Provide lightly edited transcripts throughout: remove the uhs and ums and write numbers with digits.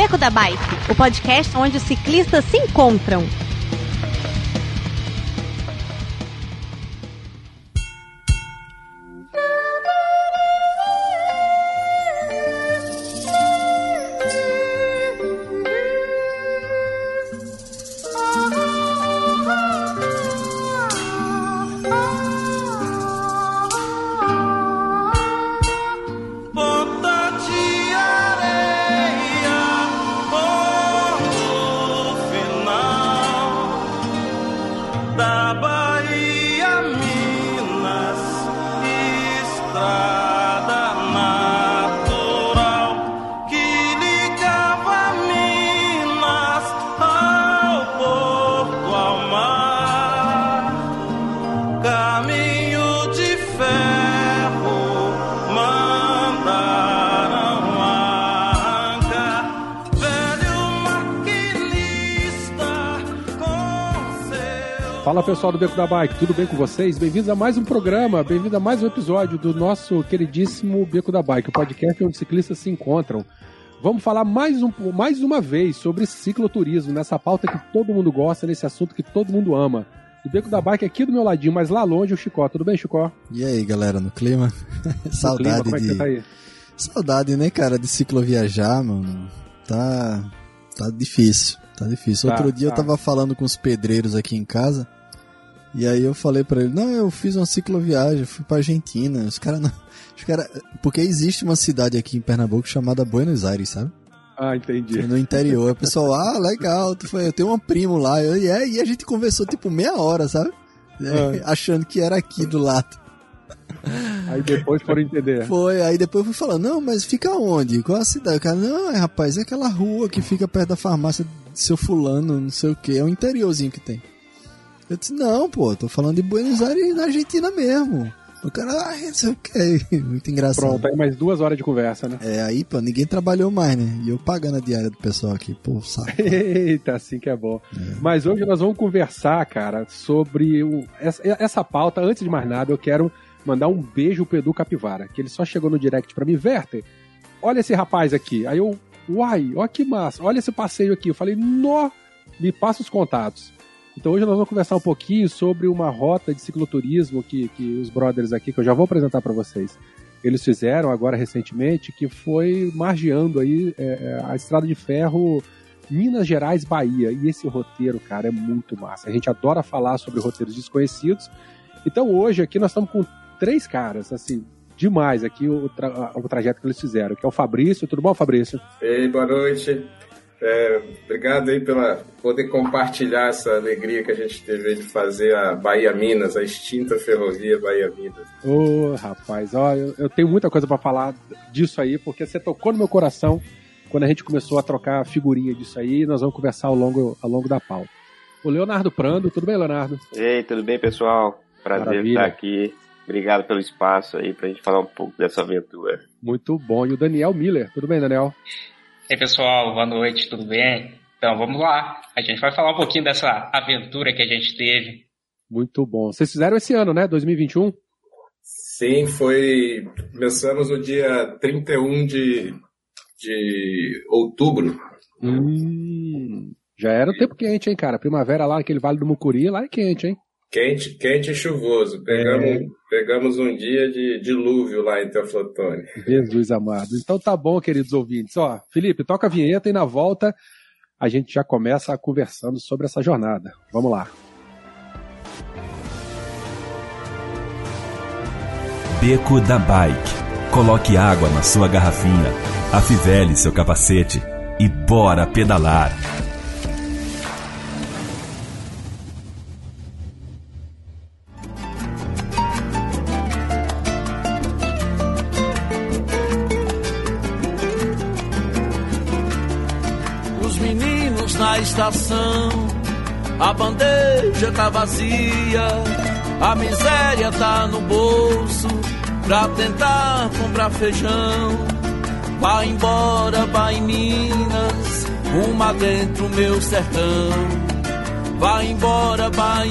Beco da Bike, o podcast onde os ciclistas se encontram. Fala pessoal do Beco da Bike, tudo bem com vocês? Bem-vindos a mais um programa, bem-vindos a mais um episódio do nosso queridíssimo Beco da Bike, o podcast onde ciclistas se encontram. Vamos falar mais uma vez sobre cicloturismo, nessa pauta que todo mundo gosta, nesse assunto que todo mundo ama. O Beco da Bike aqui do meu ladinho, mas lá longe o Chicó. Tudo bem, Chicó? E aí, galera, no clima? Saudade como é que você tá aí? Saudade, né, cara, de cicloviajar, mano. Tá difícil, tá difícil. Outro dia eu tava falando com os pedreiros aqui em casa, e aí eu falei pra ele, não, eu fiz uma cicloviagem, fui pra Argentina. Os caras não... Porque existe uma cidade aqui em Pernambuco chamada Buenos Aires, sabe? Ah, entendi. No interior. O pessoal, legal, eu tenho um primo lá. E a gente conversou tipo meia hora, sabe? Achando que era aqui do lado. Aí depois foram entender. Foi, aí depois eu fui falando, não, mas fica onde? Qual a cidade? O cara, não, rapaz, é aquela rua que fica perto da farmácia do seu fulano, não sei o que. É um interiorzinho que tem. Eu disse, não, pô, tô falando de Buenos Aires na Argentina mesmo. O cara, não sei o que. Muito engraçado. Pronto, aí mais 2 horas de conversa, né? Aí, pô, ninguém trabalhou mais, né? E eu pagando a diária do pessoal aqui, pô, saco. Eita, assim que é bom. Mas hoje nós vamos conversar, cara, sobre essa pauta. Antes de mais nada, eu quero mandar um beijo pro Edu Capivara, que ele só chegou no direct pra mim, Werther, olha esse rapaz aqui. Aí eu, ó que massa, olha esse passeio aqui. Eu falei, me passa os contatos. Então hoje nós vamos conversar um pouquinho sobre uma rota de cicloturismo que os brothers aqui, que eu já vou apresentar para vocês, eles fizeram agora recentemente, que foi margeando aí a estrada de ferro Minas Gerais, Bahia. E esse roteiro, cara, é muito massa. A gente adora falar sobre roteiros desconhecidos. Então hoje aqui nós estamos com 3 caras, assim, demais aqui o trajeto que eles fizeram, que é o Fabrício. Tudo bom, Fabrício? Ei, boa noite. Obrigado aí pela poder compartilhar essa alegria que a gente teve aí de fazer a Bahia-Minas, a extinta ferrovia Bahia-Minas. Rapaz, ó, eu tenho muita coisa para falar disso aí, porque você tocou no meu coração quando a gente começou a trocar figurinha disso aí, e nós vamos conversar ao longo da pauta. O Leonardo Prando, tudo bem, Leonardo? Ei, tudo bem, pessoal? Prazer estar aqui. Obrigado pelo espaço aí pra gente falar um pouco dessa aventura. Muito bom. E o Daniel Miller, tudo bem, Daniel? E aí, pessoal, boa noite, tudo bem? Então, vamos lá. A gente vai falar um pouquinho dessa aventura que a gente teve. Muito bom. Vocês fizeram esse ano, né? 2021? Sim, começamos no dia 31 de outubro. Já era um tempo quente, hein, cara? Primavera lá, aquele Vale do Mucuri, lá é quente, hein? Quente e chuvoso. Pegamos um dia de dilúvio lá em Teoflotone. Jesus amado. Então tá bom, queridos ouvintes. Ó, Felipe, toca a vinheta e na volta a gente já começa conversando sobre essa jornada. Vamos lá. Beco da Bike. Coloque água na sua garrafinha, afivele seu capacete e bora pedalar. Na estação, a bandeja tá vazia, a miséria tá no bolso, pra tentar comprar feijão. Vai embora, vai Minas, uma dentro meu sertão. Vai embora, vai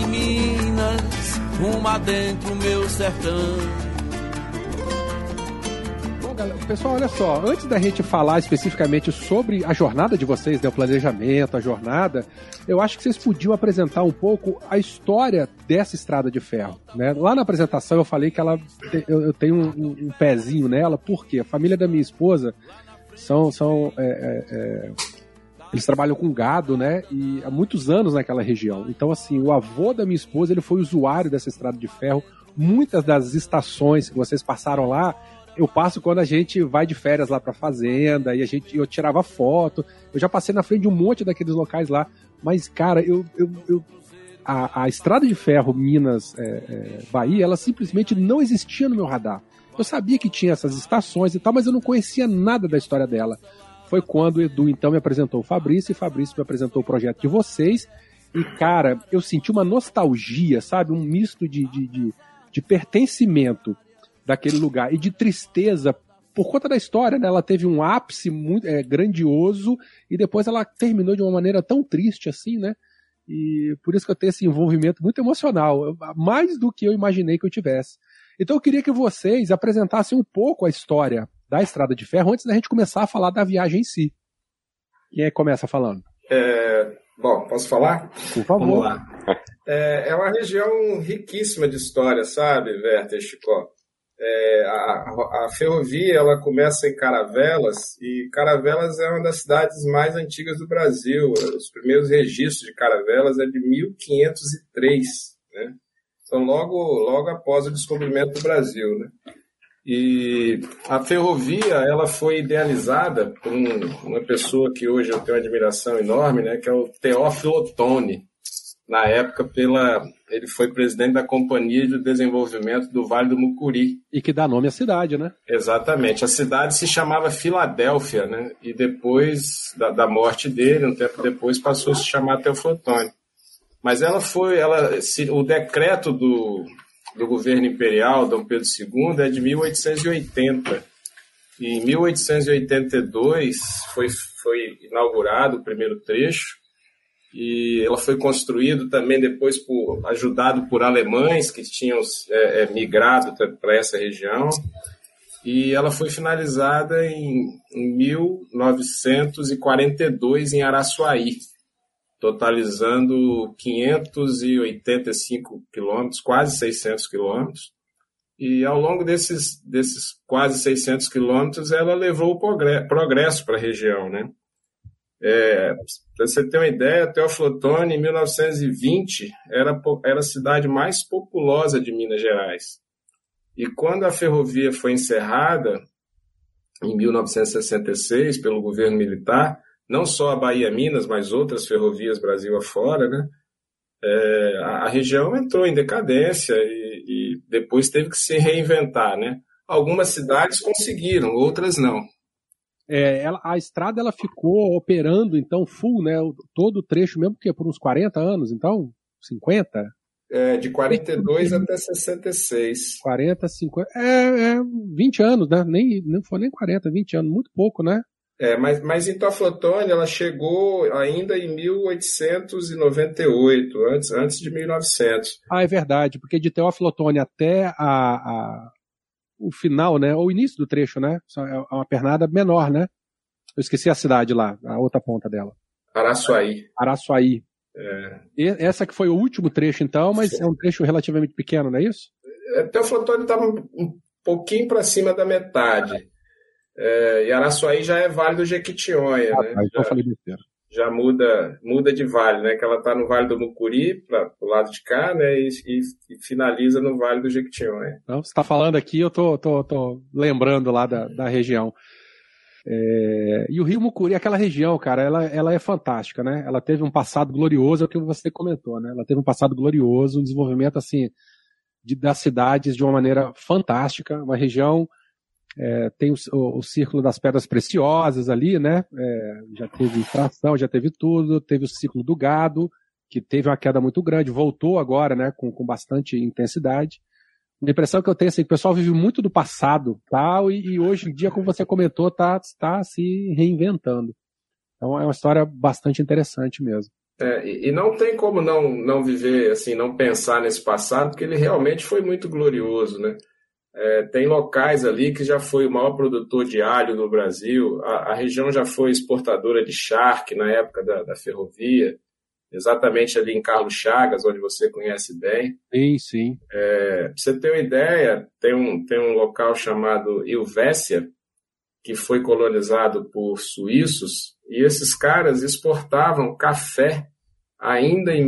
Minas, uma dentro meu sertão. Pessoal, olha só, antes da gente falar especificamente sobre a jornada de vocês, né, o planejamento, a jornada, eu acho que vocês podiam apresentar um pouco a história dessa estrada de ferro, né? Lá na apresentação eu falei que eu tenho um pezinho nela, porque a família da minha esposa eles trabalham com gado, né, e há muitos anos naquela região. Então, assim, o avô da minha esposa, ele foi usuário dessa estrada de ferro. Muitas das estações que vocês passaram lá, eu passo quando a gente vai de férias lá pra fazenda, e eu tirava foto. Eu já passei na frente de um monte daqueles locais lá, mas, cara, a estrada de ferro Minas Bahia, ela simplesmente não existia no meu radar. Eu sabia que tinha essas estações e tal, mas eu não conhecia nada da história dela. Foi quando o Edu, então, me apresentou o Fabrício, e Fabrício me apresentou o projeto de vocês, e, cara, eu senti uma nostalgia, sabe? Um misto de pertencimento daquele lugar e de tristeza por conta da história, né? Ela teve um ápice muito grandioso e depois ela terminou de uma maneira tão triste assim, né? E por isso que eu tenho esse envolvimento muito emocional, mais do que eu imaginei que eu tivesse. Então eu queria que vocês apresentassem um pouco a história da Estrada de Ferro antes da gente começar a falar da viagem em si. Quem é que começa falando? Bom, posso falar? Por favor. Vamos lá. É uma região riquíssima de história, sabe, Werther e Chico? A ferrovia, ela começa em Caravelas, e Caravelas é uma das cidades mais antigas do Brasil. Os primeiros registros de Caravelas é de 1503, né? Então, logo após o descobrimento do Brasil, né? E a ferrovia, ela foi idealizada por uma pessoa que hoje eu tenho uma admiração enorme, né, que é o Teófilo Otoni. Na época, ele foi presidente da Companhia de Desenvolvimento do Vale do Mucuri. E que dá nome à cidade, né? Exatamente. A cidade se chamava Filadélfia, né? E depois da morte dele, um tempo depois, passou a se chamar Teófilo Otoni. Mas o decreto do governo imperial, Dom Pedro II, é de 1880. E em 1882 foi inaugurado o primeiro trecho, e ela foi construída também depois ajudado por alemães que tinham migrado para essa região, e ela foi finalizada em 1942 em Araçuaí, totalizando 585 quilômetros, quase 600 quilômetros. E ao longo desses quase 600 quilômetros, ela levou o progresso para a região, né? Para você ter uma ideia, Teófilo Otoni, em 1920, era a cidade mais populosa de Minas Gerais. E quando a ferrovia foi encerrada, em 1966, pelo governo militar, não só a Bahia-Minas, mas outras ferrovias Brasil afora, né? A região entrou em decadência e depois teve que se reinventar, né? Algumas cidades conseguiram, outras não. A estrada ela ficou operando, então, full, né? Todo o trecho, mesmo que por uns 40 anos, então? 50? De 42 até 66. 40, 50... 20 anos, né? Não foi nem 40, 20 anos, muito pouco, né? Mas em Teófilo Otoni ela chegou ainda em 1898, antes de 1900. É verdade, porque de Teófilo Otoni até o final, né, ou o início do trecho, né, é uma pernada menor, né? Eu esqueci a cidade lá, a outra ponta dela. Araçuaí. E essa que foi o último trecho, então, mas sim, é um trecho relativamente pequeno, não é isso? Teófilo Otoni estava um pouquinho para cima da metade. E Araçuaí já é Vale do Jequitinhonha, né? Então eu falei besteira. Já muda de vale, né? Que ela está no Vale do Mucuri, para o lado de cá, né? E finaliza no Vale do Jequitinhonha. Então, você está falando aqui, eu tô lembrando lá da região. E o Rio Mucuri, aquela região, cara, ela é fantástica, né? Ela teve um passado glorioso, é o que você comentou, né? Ela teve um passado glorioso, um desenvolvimento, assim, das cidades de uma maneira fantástica, uma região... tem o Círculo das Pedras Preciosas ali, né? Já teve tração, já teve tudo, teve o ciclo do gado, que teve uma queda muito grande, voltou agora, né? Com bastante intensidade. A impressão que eu tenho é que o pessoal vive muito do passado, tal, e hoje em dia, como você comentou, tá se reinventando. Então é uma história bastante interessante mesmo. E não tem como não viver, assim, não pensar nesse passado, porque ele realmente foi muito glorioso, né? Tem locais ali que já foi o maior produtor de alho no Brasil. A região já foi exportadora de charque na época da ferrovia, exatamente ali em Carlos Chagas, onde você conhece bem. Sim. Pra você ter uma ideia, tem um local chamado Ilvécia, que foi colonizado por suíços, e esses caras exportavam café ainda em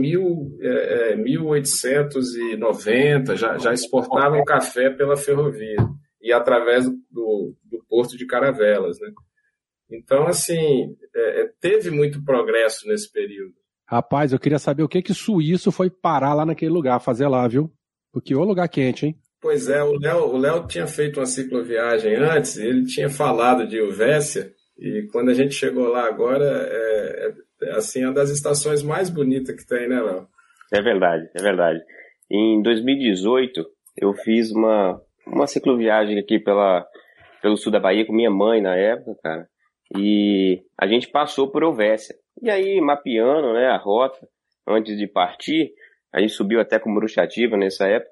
1890, já exportavam café pela ferrovia e através do Porto de Caravelas, né? Então, assim, teve muito progresso nesse período. Rapaz, eu queria saber o que suíço foi parar lá naquele lugar, fazer lá, viu? Porque o lugar quente, hein? Pois é, o Léo tinha feito uma cicloviagem antes, ele tinha falado de Ilvécia, e quando a gente chegou lá agora, assim, é uma das estações mais bonitas que tem, né, Léo? É verdade. Em 2018, eu fiz uma cicloviagem aqui pelo sul da Bahia com minha mãe na época, cara, e a gente passou por Ilvécia. E aí, mapeando, né, a rota, antes de partir, a gente subiu até com Muruxativa nessa época.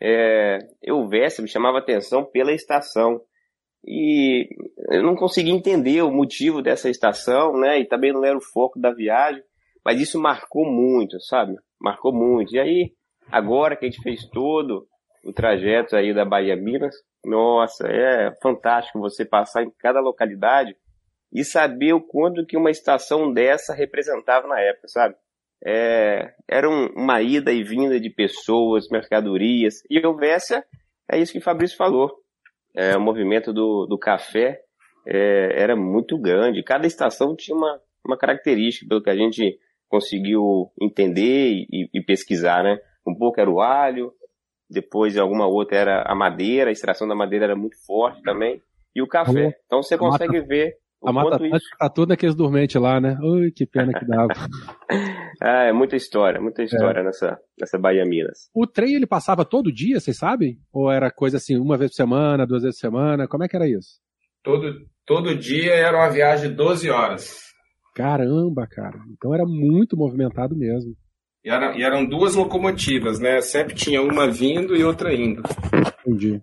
Ilvécia me chamava atenção pela estação. E eu não consegui entender o motivo dessa estação, né? E também não era o foco da viagem. Mas isso marcou muito, sabe? Marcou muito. E aí, agora que a gente fez todo o trajeto aí da Bahia Minas, nossa, é fantástico você passar em cada localidade e saber o quanto que uma estação dessa representava na época, sabe? Era uma ida e vinda de pessoas, mercadorias. E Ilvécia, é isso que o Fabrício falou. O movimento do café era muito grande. Cada estação tinha uma característica, pelo que a gente conseguiu entender e pesquisar, né? Um pouco era o alho, depois alguma outra era a madeira, a extração da madeira era muito forte também, e o café. Então você consegue ver a Mata Atlântica tá toda aqueles dormentes lá, né? Ui, que pena que dava. É muita história nessa Bahia Minas. O trem, ele passava todo dia, vocês sabem? Ou era coisa assim, uma vez por semana, 2 vezes por semana? Como é que era isso? Todo dia era uma viagem de 12 horas. Caramba, cara. Então era muito movimentado mesmo. E eram 2 locomotivas, né? Sempre tinha uma vindo e outra indo. Entendi.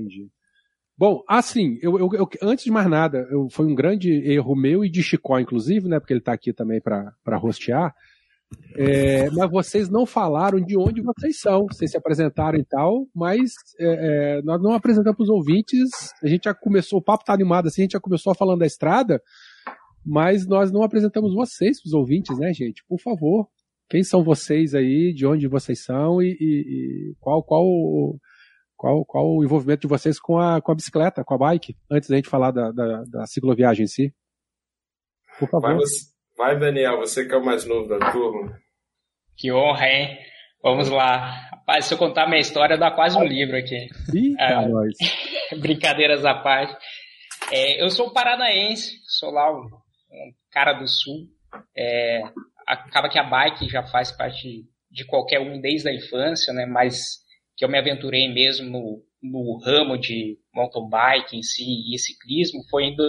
Bom, assim, eu antes de mais nada, foi um grande erro meu e de Chicó, inclusive, né? Porque ele tá aqui também para rostear. Mas vocês não falaram de onde vocês são. Vocês se apresentaram e tal, mas nós não apresentamos os ouvintes. A gente já começou, o papo tá animado assim, a gente já começou falando da estrada, mas nós não apresentamos vocês para os ouvintes, né, gente? Por favor, quem são vocês aí, de onde vocês são e qual o envolvimento de vocês com a bicicleta, com a bike, antes da gente falar da cicloviagem em si? Por favor. Vai, Daniel, você que é o mais novo da turma. Que honra, hein? Vamos lá. Rapaz, se eu contar minha história, dá quase um livro aqui. Ih, nós. Brincadeiras à parte. Eu sou paranaense, sou lá um cara do sul. Acaba que a bike já faz parte de qualquer um desde a infância, né? Mas que eu me aventurei mesmo no ramo de mountain bike em si e ciclismo foi em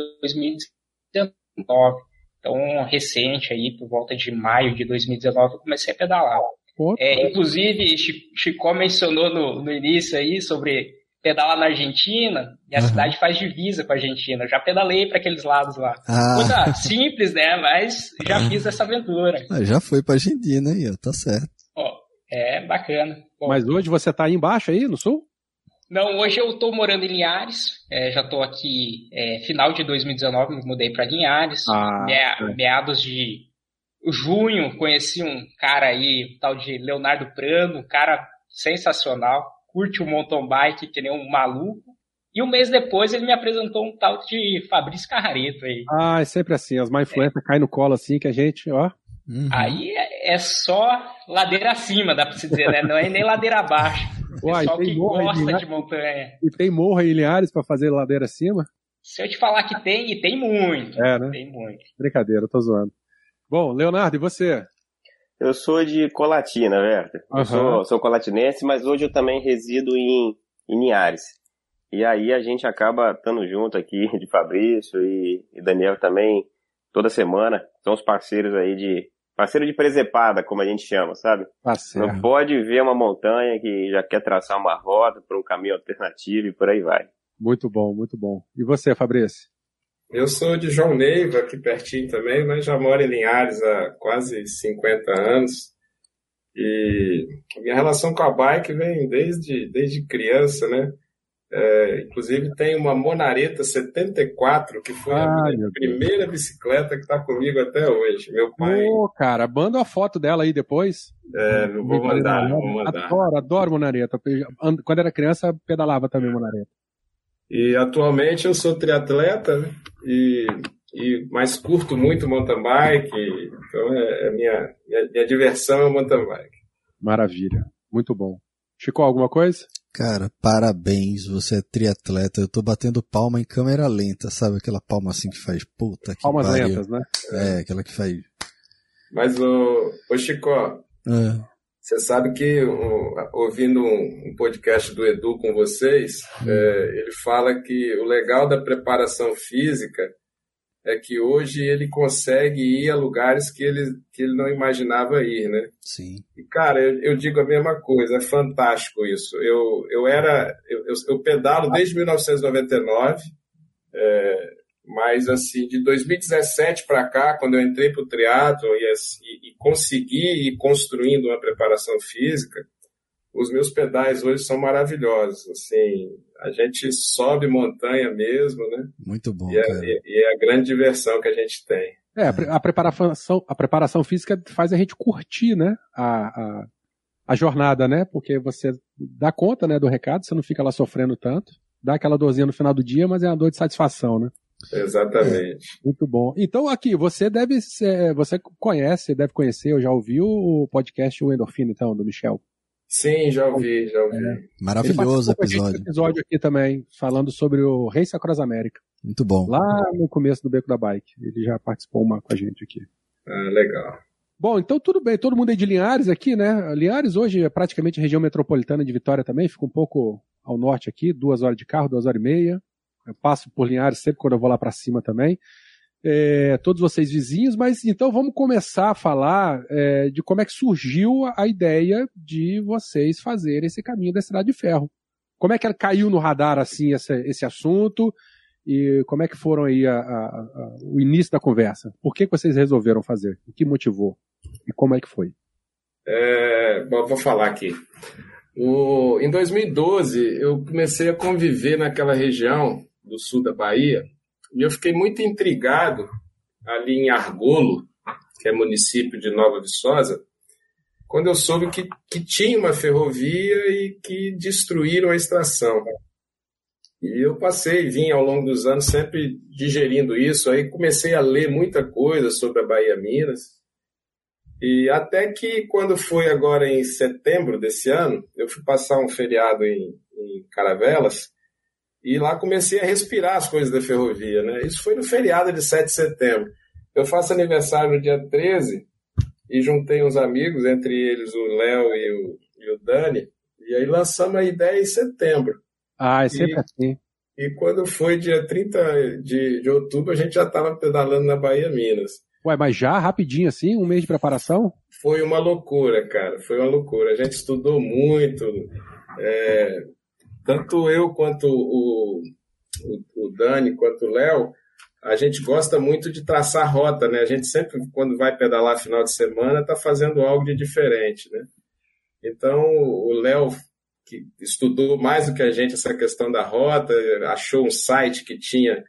2019. Então, recente aí, por volta de maio de 2019, eu comecei a pedalar. Inclusive, Chicó mencionou no início aí sobre pedalar na Argentina, e a cidade faz divisa com a Argentina. Eu já pedalei para aqueles lados lá. Coisa simples, né? Mas já fiz essa aventura. Já foi para a Argentina aí, tá certo. Bacana. Bom, mas hoje você tá aí embaixo aí, no sul? Não, hoje eu tô morando em Linhares, já tô aqui, final de 2019, me mudei para Linhares, meados de junho, conheci um cara aí, tal de Leonardo Prando, um cara sensacional, curte o mountain bike que nem um maluco, e um mês depois ele me apresentou um tal de Fabrício Carrareto aí. É sempre assim, as má influências caem no colo assim, que a gente, ó... Aí é só ladeira acima, dá pra se dizer, né? Não é nem ladeira abaixo. Pessoal que gosta de montanha. E tem morro em Linhares pra fazer ladeira acima? Se eu te falar que tem, e tem muito. Né? Tem muito. Brincadeira, eu tô zoando. Bom, Leonardo, e você? Eu sou de Colatina, velho. Eu sou colatinense, mas hoje eu também resido em Linhares. E aí a gente acaba estando junto aqui, de Fabrício e Daniel também, toda semana. São os parceiros aí de parceiro de presepada, como a gente chama, sabe? Não pode ver uma montanha que já quer traçar uma rota para um caminho alternativo e por aí vai. Muito bom, muito bom. E você, Fabrício? Eu sou de João Neiva, aqui pertinho também, mas já moro em Linhares há quase 50 anos. E a minha relação com a bike vem desde criança, né? Inclusive tem uma Monareta 74, que foi a minha primeira bicicleta que está comigo até hoje. Meu pai... cara, manda a foto dela aí depois. Vou mandar. Adoro Monareta. Quando era criança, pedalava também Monareta. E atualmente eu sou triatleta, né? Mas curto muito mountain bike, então minha diversão é o mountain bike. Maravilha, muito bom. Chico, alguma coisa? Cara, parabéns, você é triatleta. Eu tô batendo palma em câmera lenta, sabe? Aquela palma assim que faz puta que palmas pariu. Lentas, né? Aquela que faz... Mas, ô Chico, você sabe que ouvindo um podcast do Edu com vocês, ele fala que o legal da preparação física é que hoje ele consegue ir a lugares que ele não imaginava ir, né? Sim. E, cara, eu digo a mesma coisa, é fantástico isso. Eu pedalo desde 1999, mas, assim, de 2017 para cá, quando eu entrei para o triatlon e consegui ir construindo uma preparação física, os meus pedais hoje são maravilhosos. Assim, a gente sobe montanha mesmo, né? Muito bom, cara. E é a grande diversão que a gente tem. A preparação física faz a gente curtir, né? A jornada, né? Porque você dá conta, né, do recado, você não fica lá sofrendo tanto. Dá aquela dorzinha no final do dia, mas é uma dor de satisfação, né? Exatamente. Muito bom. Então, aqui, você deve conhecer, ou já ouviu o podcast O Endorfina, então, do Michel? Sim, já ouvi. Maravilhoso episódio. Episódio aqui também, falando sobre o Race Across America. Muito bom. Lá no começo do Beco da Bike. Ele já participou com a gente aqui. Legal. Bom, então tudo bem. Todo mundo é de Linhares aqui, né? Linhares hoje é praticamente região metropolitana de Vitória também. Fica um pouco ao norte aqui, 2 horas de carro, 2 horas e meia. Eu passo por Linhares sempre quando eu vou lá para cima também. Todos vocês vizinhos, mas então vamos começar a falar de como é que surgiu a ideia de vocês fazerem esse caminho da Estrada de Ferro. Como é que ela caiu no radar assim esse assunto e como é que foram aí o início da conversa? Por que vocês resolveram fazer? O que motivou? E como é que foi? Bom, vou falar aqui. Em 2012 eu comecei a conviver naquela região do sul da Bahia. E eu fiquei muito intrigado ali em Argolo, que é município de Nova Viçosa, quando eu soube que tinha uma ferrovia e que destruíram a extração. E eu vim ao longo dos anos sempre digerindo isso, aí comecei a ler muita coisa sobre a Bahia Minas, e até que quando foi agora em setembro desse ano, eu fui passar um feriado em Caravelas, e lá comecei a respirar as coisas da ferrovia, né? Isso foi no feriado de 7 de setembro. Eu faço aniversário no dia 13 e juntei uns amigos, entre eles o Léo e o Dani, e aí lançamos a ideia em setembro. É sempre assim. E quando foi dia 30 de outubro, a gente já estava pedalando na Bahia Minas. Ué, mas já rapidinho assim, um mês de preparação? Foi uma loucura, cara, foi uma loucura. A gente estudou muito, tanto eu quanto o Dani, quanto o Léo, a gente gosta muito de traçar rota, né? A gente sempre, quando vai pedalar final de semana, está fazendo algo de diferente, né? Então, o Léo, que estudou mais do que a gente essa questão da rota, achou um site que tinha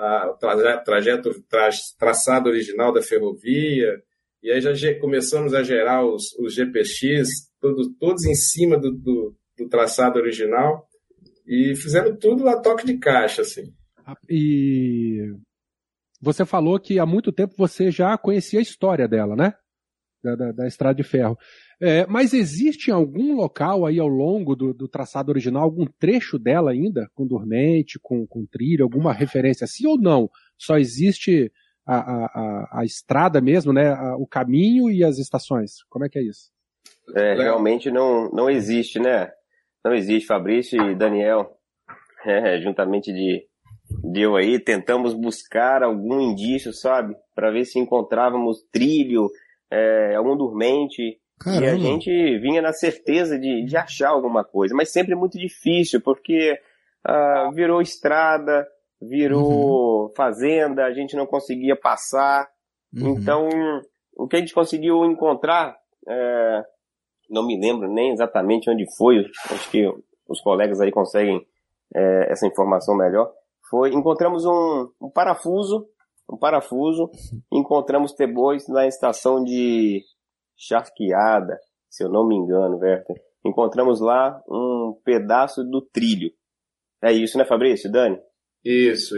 o traçado original da ferrovia, e aí já começamos a gerar os GPX, todos em cima do traçado original, e fizemos tudo a toque de caixa, assim. E você falou que há muito tempo você já conhecia a história dela, né? Da Estrada de Ferro. Mas existe algum local aí ao longo do traçado original, algum trecho dela ainda, com dormente, com trilho, alguma referência assim, ou não? Só existe a estrada mesmo, né? O caminho e as estações. Como é que é isso? Realmente não existe, né? Não existe. Fabrício e Daniel, juntamente de eu aí, tentamos buscar algum indício, sabe? Para ver se encontrávamos trilho, algum dormente. Caramba. E a gente vinha na certeza de achar alguma coisa, mas sempre muito difícil, porque virou estrada, virou fazenda, a gente não conseguia passar. Então, o que a gente conseguiu encontrar, não me lembro nem exatamente onde foi, acho que os colegas aí conseguem essa informação melhor, encontramos um parafuso, encontramos T-Bois na estação de Charqueada, se eu não me engano, Werther. Encontramos lá um pedaço do trilho. É isso, né, Fabrício, Dani? Isso.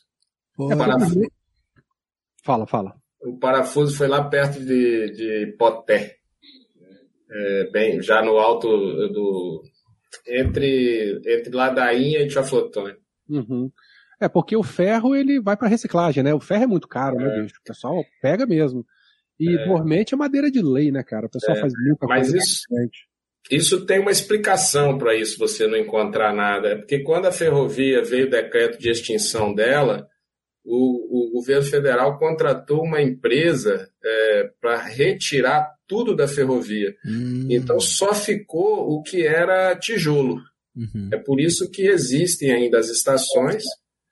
Fala. O parafuso foi lá perto de Poté. Bem, já no alto entre Ladainha e Teoflotone. Porque o ferro, ele vai para reciclagem, né? O ferro é muito caro, né, bicho? O pessoal pega mesmo. E dormente é madeira de lei, né, cara? O pessoal faz muita coisa. Mas isso tem uma explicação para isso, você não encontrar nada. É porque quando a ferrovia veio o decreto de extinção dela, o governo federal contratou uma empresa para retirar tudo da ferrovia. Então só ficou o que era tijolo. É por isso que existem ainda as estações.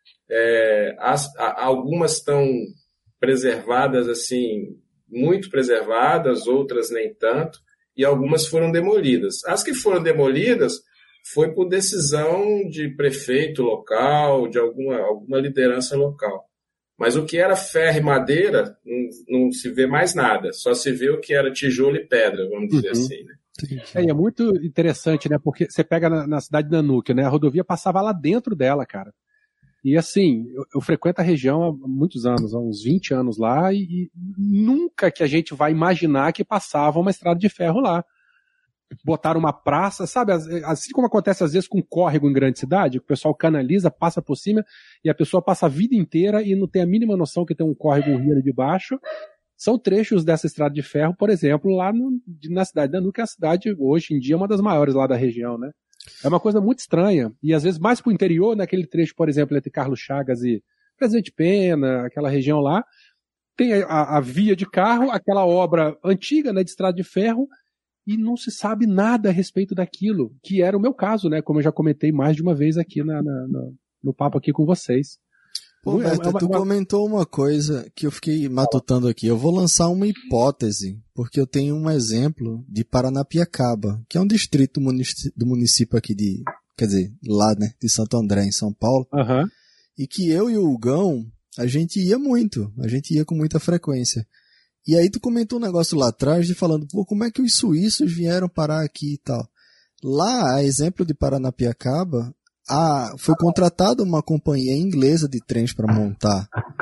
Algumas estão preservadas, assim, muito preservadas, outras nem tanto, e algumas foram demolidas. As que foram demolidas foi por decisão de prefeito local, de alguma liderança local. Mas o que era ferro e madeira, não se vê mais nada, só se vê o que era tijolo e pedra, vamos dizer assim, né? E é muito interessante, né? Porque você pega na cidade de Nanuque, né? A rodovia passava lá dentro dela, cara. E assim, eu frequento a região há muitos anos, há uns 20 anos lá, e nunca que a gente vai imaginar que passava uma estrada de ferro lá. Botaram uma praça, sabe? Assim como acontece às vezes com córrego em grande cidade, que o pessoal canaliza, passa por cima, e a pessoa passa a vida inteira e não tem a mínima noção que tem um córrego, um rio ali de baixo. São trechos dessa estrada de ferro, por exemplo, lá na cidade de Nanuque, que é a cidade, hoje em dia, uma das maiores lá da região, né? É uma coisa muito estranha. E às vezes mais pro interior, naquele trecho, por exemplo, entre Carlos Chagas e Presidente Pena, aquela região lá, tem a via de carro, aquela obra antiga, né, de estrada de ferro, e não se sabe nada a respeito daquilo, que era o meu caso, né, como eu já comentei mais de uma vez aqui no papo aqui com vocês. Pô, Beto, tu comentou uma coisa que eu fiquei matutando aqui. Eu vou lançar uma hipótese, porque eu tenho um exemplo de Paranapiacaba, que é um distrito do município aqui quer dizer, lá, né, de Santo André, em São Paulo, e que eu e o Hugão, a gente ia com muita frequência. E aí tu comentou um negócio lá atrás falando, pô, como é que os suíços vieram parar aqui e tal. Lá, a exemplo de Paranapiacaba, foi contratada uma companhia inglesa de trens para montar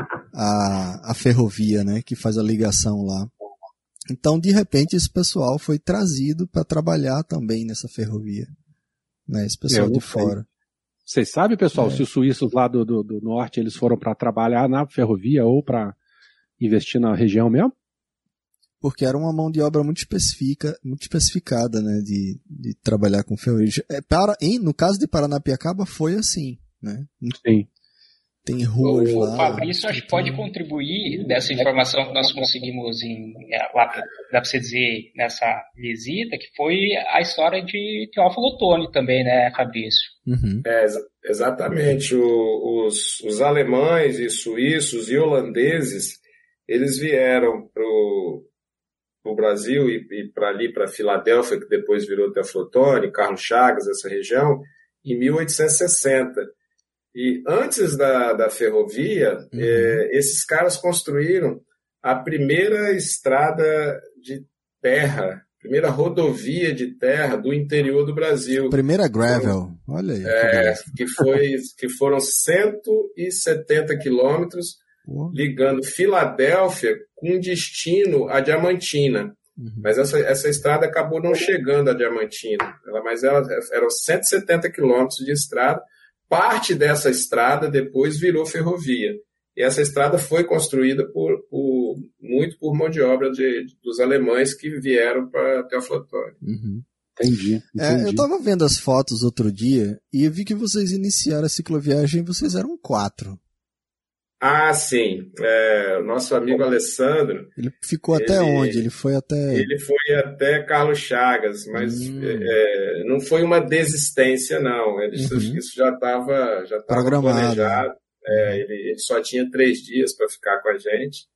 a ferrovia, né, que faz a ligação lá. Então, de repente, esse pessoal foi trazido para trabalhar também nessa ferrovia, né, esse pessoal de fora. Vocês sabem, pessoal, se os suíços lá do norte eles foram para trabalhar na ferrovia ou para investir na região mesmo? Porque era uma mão de obra muito especificada, né, de trabalhar com ferrovia. No caso de Paranapiacaba foi assim, né? Sim. Tem ruas lá. O Fabrício acho que pode contribuir dessa informação que nós conseguimos lá, dá para você dizer, nessa visita, que foi a história de Teófilo Otoni também, né, Fabrício? Exatamente. Os alemães e suíços e holandeses, eles vieram pro Brasil e para ali, para Filadélfia, que depois virou Teoflotone, Carlos Chagas, essa região, em 1860. E antes da ferrovia, esses caras construíram a primeira estrada de terra, primeira rodovia de terra do interior do Brasil. Primeira gravel, olha aí. Que foram 170 quilômetros, ligando Filadélfia com destino a Diamantina. Mas essa estrada acabou não chegando a Diamantina. Mas eram 170 quilômetros de estrada. Parte dessa estrada depois virou ferrovia. E essa estrada foi construída muito por mão de obra dos alemães que vieram para Teoflotone. Entendi. Eu estava vendo as fotos outro dia e eu vi que vocês iniciaram a cicloviagem, vocês eram 4. Ah, sim. O nosso amigo Alessandro... Ele ficou até onde? Ele foi até Carlos Chagas, mas não foi uma desistência, não. Isso já estava planejado. Ele só tinha 3 dias para ficar com a gente.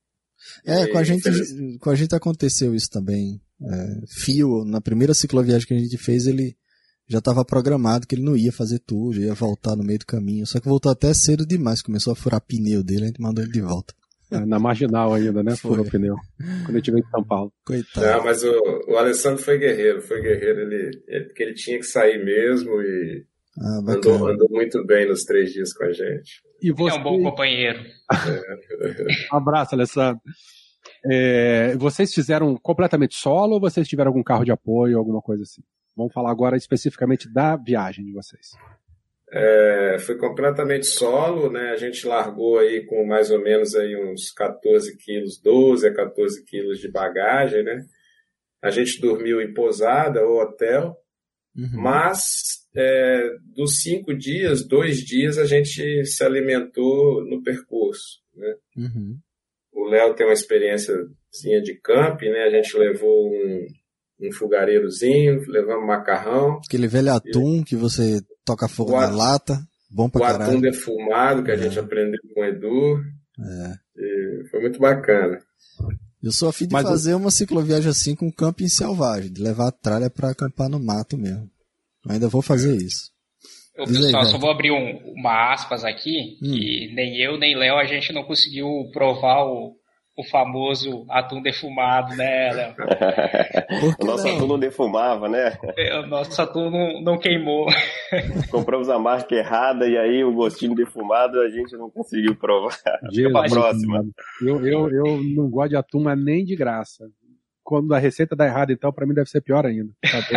Com a gente aconteceu isso também. Fio, na primeira cicloviagem que a gente fez, ele já estava programado que ele não ia fazer tour, ia voltar no meio do caminho. Só que voltou até cedo demais, começou a furar pneu dele, a gente mandou ele de volta. Na marginal ainda, né? Furou o pneu. Quando eu estive em São Paulo. Coitado. Não, mas o Alessandro foi guerreiro, porque ele tinha que sair mesmo e andou muito bem nos 3 dias com a gente. E você... É um bom companheiro. Um abraço, Alessandro. Vocês fizeram completamente solo ou vocês tiveram algum carro de apoio, alguma coisa assim? Vamos falar agora especificamente da viagem de vocês. Foi completamente solo, né? A gente largou aí com mais ou menos aí uns 14 quilos, 12 a 14 quilos de bagagem, né? A gente dormiu em pousada ou hotel, mas dos 5 dias, 2 dias a gente se alimentou no percurso, né? O Léo tem uma experiênciazinha de camping, né? A gente levou um fogareirozinho, levamos macarrão. Aquele velho atum que você toca fogo na lata, bom pra caralho. O atum defumado que a gente aprendeu com o Edu. E foi muito bacana. Eu sou a fim de fazer uma cicloviagem assim com camping selvagem, de levar a tralha pra acampar no mato mesmo. Eu ainda vou fazer isso. Pessoal, só vou abrir uma aspas aqui, que nem eu nem Léo a gente não conseguiu provar o famoso atum defumado, né, Léo? O nosso atum não defumava, né? O nosso atum não queimou. Compramos a marca errada e aí o gostinho defumado a gente não conseguiu provar. Fica pra próxima. Eu não gosto de atum, mas nem de graça. Quando a receita dá errado, então, pra mim deve ser pior ainda.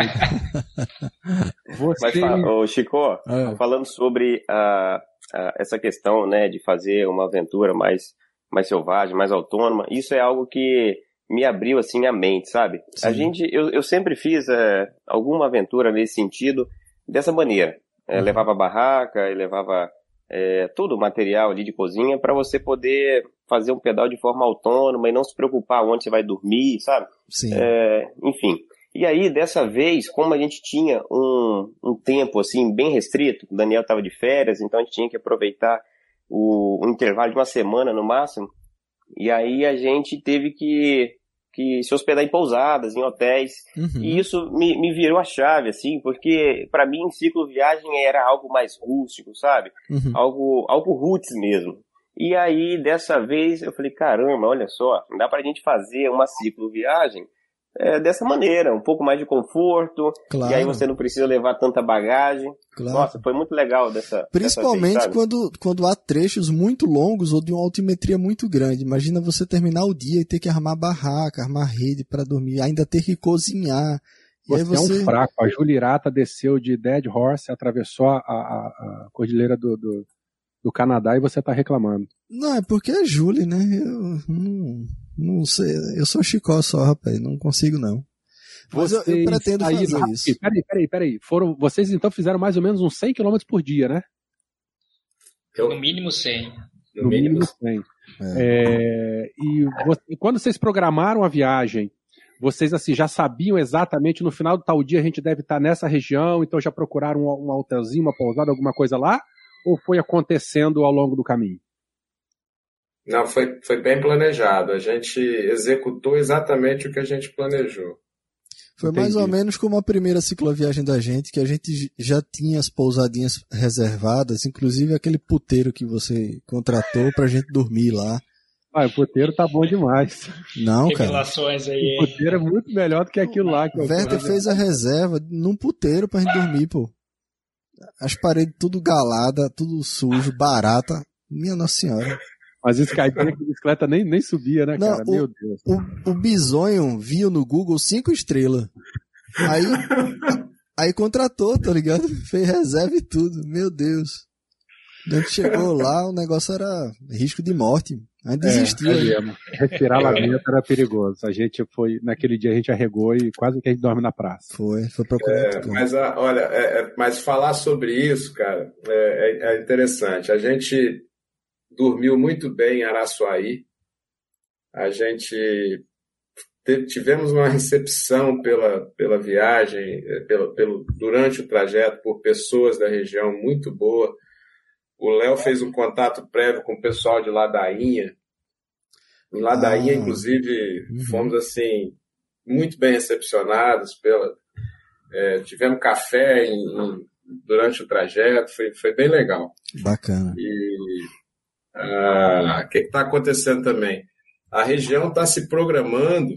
Mas, Chico, falando sobre essa questão, né, de fazer uma aventura mais selvagem, mais autônoma, isso é algo que me abriu, assim, a mente, sabe? Eu sempre fiz alguma aventura nesse sentido, dessa maneira. Levava barraca, e levava todo o material ali de cozinha para você poder fazer um pedal de forma autônoma e não se preocupar onde você vai dormir, sabe? Sim. Enfim. E aí, dessa vez, como a gente tinha um tempo, assim, bem restrito, o Daniel estava de férias, então a gente tinha que aproveitar o intervalo de uma semana no máximo, e aí a gente teve que se hospedar em pousadas, em hotéis, e isso me virou a chave, assim, porque para mim cicloviagem era algo mais rústico, sabe? Algo roots mesmo. E aí, dessa vez, eu falei, caramba, olha só, dá pra gente fazer uma cicloviagem dessa maneira, um pouco mais de conforto, e aí você não precisa levar tanta bagagem. Nossa, foi muito legal principalmente dessa vez, quando há trechos muito longos ou de uma altimetria muito grande. Imagina você terminar o dia e ter que armar barraca, armar rede para dormir, ainda ter que cozinhar. Você é um fraco. A Julirata desceu de Dead Horse, atravessou a cordilheira do Canadá e você tá reclamando. Não, é porque é Julie, né? Eu não sei, eu sou Chicó só, rapaz, não consigo não. Mas eu pretendo fazer isso. Peraí. Vocês então fizeram mais ou menos uns 100 km por dia, né? No mínimo 100. No mínimo 100. E quando vocês programaram a viagem, vocês assim já sabiam exatamente no final do tal dia a gente deve estar nessa região, então já procuraram um hotelzinho, uma pousada, alguma coisa lá? Ou foi acontecendo ao longo do caminho? Não, foi bem planejado. A gente executou exatamente o que a gente planejou. Foi mais ou menos como a primeira cicloviagem da gente, que a gente já tinha as pousadinhas reservadas, inclusive aquele puteiro que você contratou pra gente dormir lá. O puteiro tá bom demais. Não, cara. Revelações aí. O puteiro é muito melhor do que aquilo lá. O Werther fez a reserva num puteiro pra gente dormir, pô. As paredes tudo galada, tudo sujo, barata. Minha Nossa Senhora. Mas esse caipira com bicicleta nem subia, né, cara? Meu Deus. O Bisonho viu no Google 5 estrelas. Aí contratou, tá ligado? Fez reserva e tudo. Meu Deus. A gente chegou lá, o negócio era risco de morte. A gente desistiu. Respirar lá dentro era perigoso. Naquele dia a gente arregou e quase que a gente dorme na praça. Foi procurar. Mas falar sobre isso, cara, é interessante. A gente dormiu muito bem em Araçuaí. A gente tivemos uma recepção pela viagem, durante o trajeto, por pessoas da região muito boa. O Léo fez um contato prévio com o pessoal de Ladainha. Em Ladainha, inclusive, fomos assim, muito bem recepcionados. Tivemos café durante o trajeto, foi bem legal. Bacana. E o que está acontecendo também? A região está se programando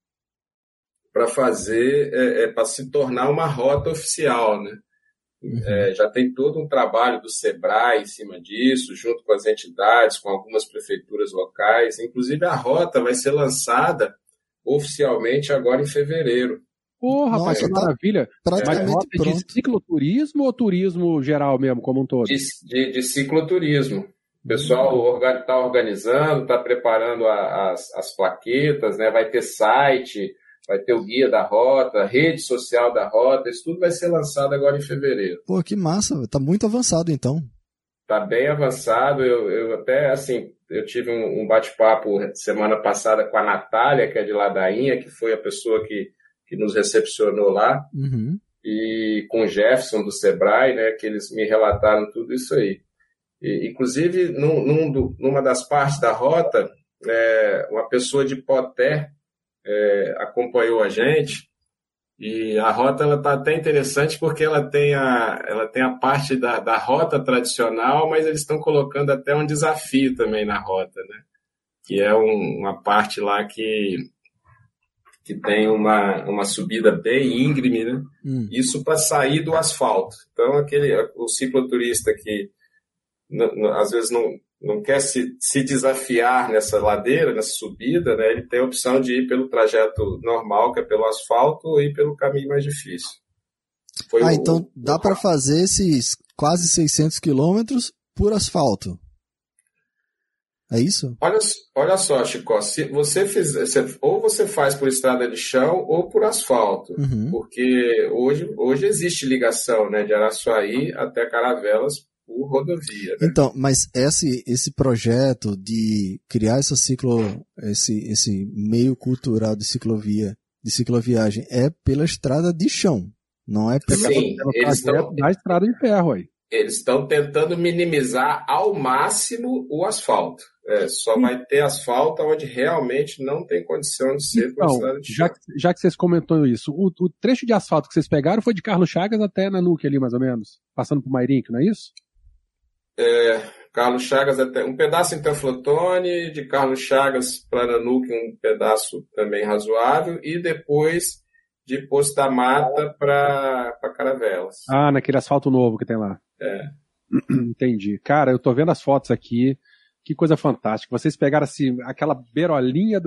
para para se tornar uma rota oficial, né? Já tem todo um trabalho do SEBRAE em cima disso, junto com as entidades, com algumas prefeituras locais. Inclusive, a rota vai ser lançada oficialmente agora em fevereiro. Rapaz, que maravilha. Praticamente rota pronto. de cicloturismo ou turismo geral mesmo, como um todo? De cicloturismo. O pessoal está organizando, está preparando as plaquetas, né? Vai ter site, vai ter o guia da rota, rede social da rota, isso tudo vai ser lançado agora em fevereiro. Pô, que massa, tá muito avançado então. Tá bem avançado, eu até, assim, eu tive um bate-papo semana passada com a Natália, que é de Ladainha, que foi a pessoa que nos recepcionou lá, e com o Jefferson do SEBRAE, né, que eles me relataram tudo isso aí. Inclusive, numa das partes da rota, uma pessoa de Poté acompanhou a gente, e a rota está até interessante porque ela tem a parte da rota tradicional, mas eles estão colocando até um desafio também na rota, né? Que é uma parte lá que tem uma subida bem íngreme, né? Isso para sair do asfalto. Então, o cicloturista que às vezes não quer se desafiar nessa ladeira, nessa subida, né? Ele tem a opção de ir pelo trajeto normal, que é pelo asfalto, ou ir pelo caminho mais difícil. Então dá para fazer esses quase 600 quilômetros por asfalto. É isso? Olha só, Chico, se você fizer, ou você faz por estrada de chão ou por asfalto, porque hoje existe ligação, né, de Araçuaí até Caravelas por rodovia, né? Então, mas esse projeto de criar esse meio cultural de cicloviagem é pela estrada de chão, não é pela da estrada de ferro aí. Eles estão tentando minimizar ao máximo o asfalto. Só vai ter asfalto onde realmente não tem condição de ser por estrada de chão. Já que vocês comentaram isso, o trecho de asfalto que vocês pegaram foi de Carlos Chagas até Nanuque ali, mais ou menos, passando por Mairinque, não é isso? Carlos Chagas até um pedaço em Teoflotone, de Carlos Chagas para Nanuque um pedaço também razoável, e depois de Poço da Mata para Caravelas. Naquele asfalto novo que tem lá. Entendi. Cara, eu tô vendo as fotos aqui, que coisa fantástica. Vocês pegaram assim, aquela beirolinha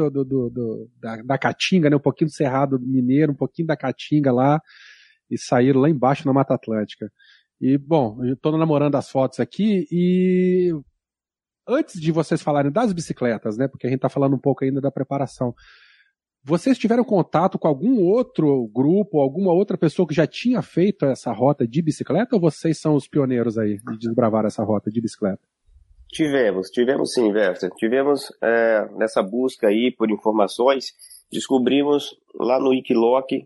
da Caatinga, né? Um pouquinho do Cerrado Mineiro, um pouquinho da Caatinga lá, e saíram lá embaixo na Mata Atlântica. E, bom, eu tô namorando as fotos aqui, e antes de vocês falarem das bicicletas, né? Porque a gente tá falando um pouco ainda da preparação. Vocês tiveram contato com algum outro grupo, alguma outra pessoa que já tinha feito essa rota de bicicleta, ou vocês são os pioneiros aí de desbravar essa rota de bicicleta? Tivemos sim, Werther. Tivemos nessa busca aí por informações, descobrimos lá no Wikiloc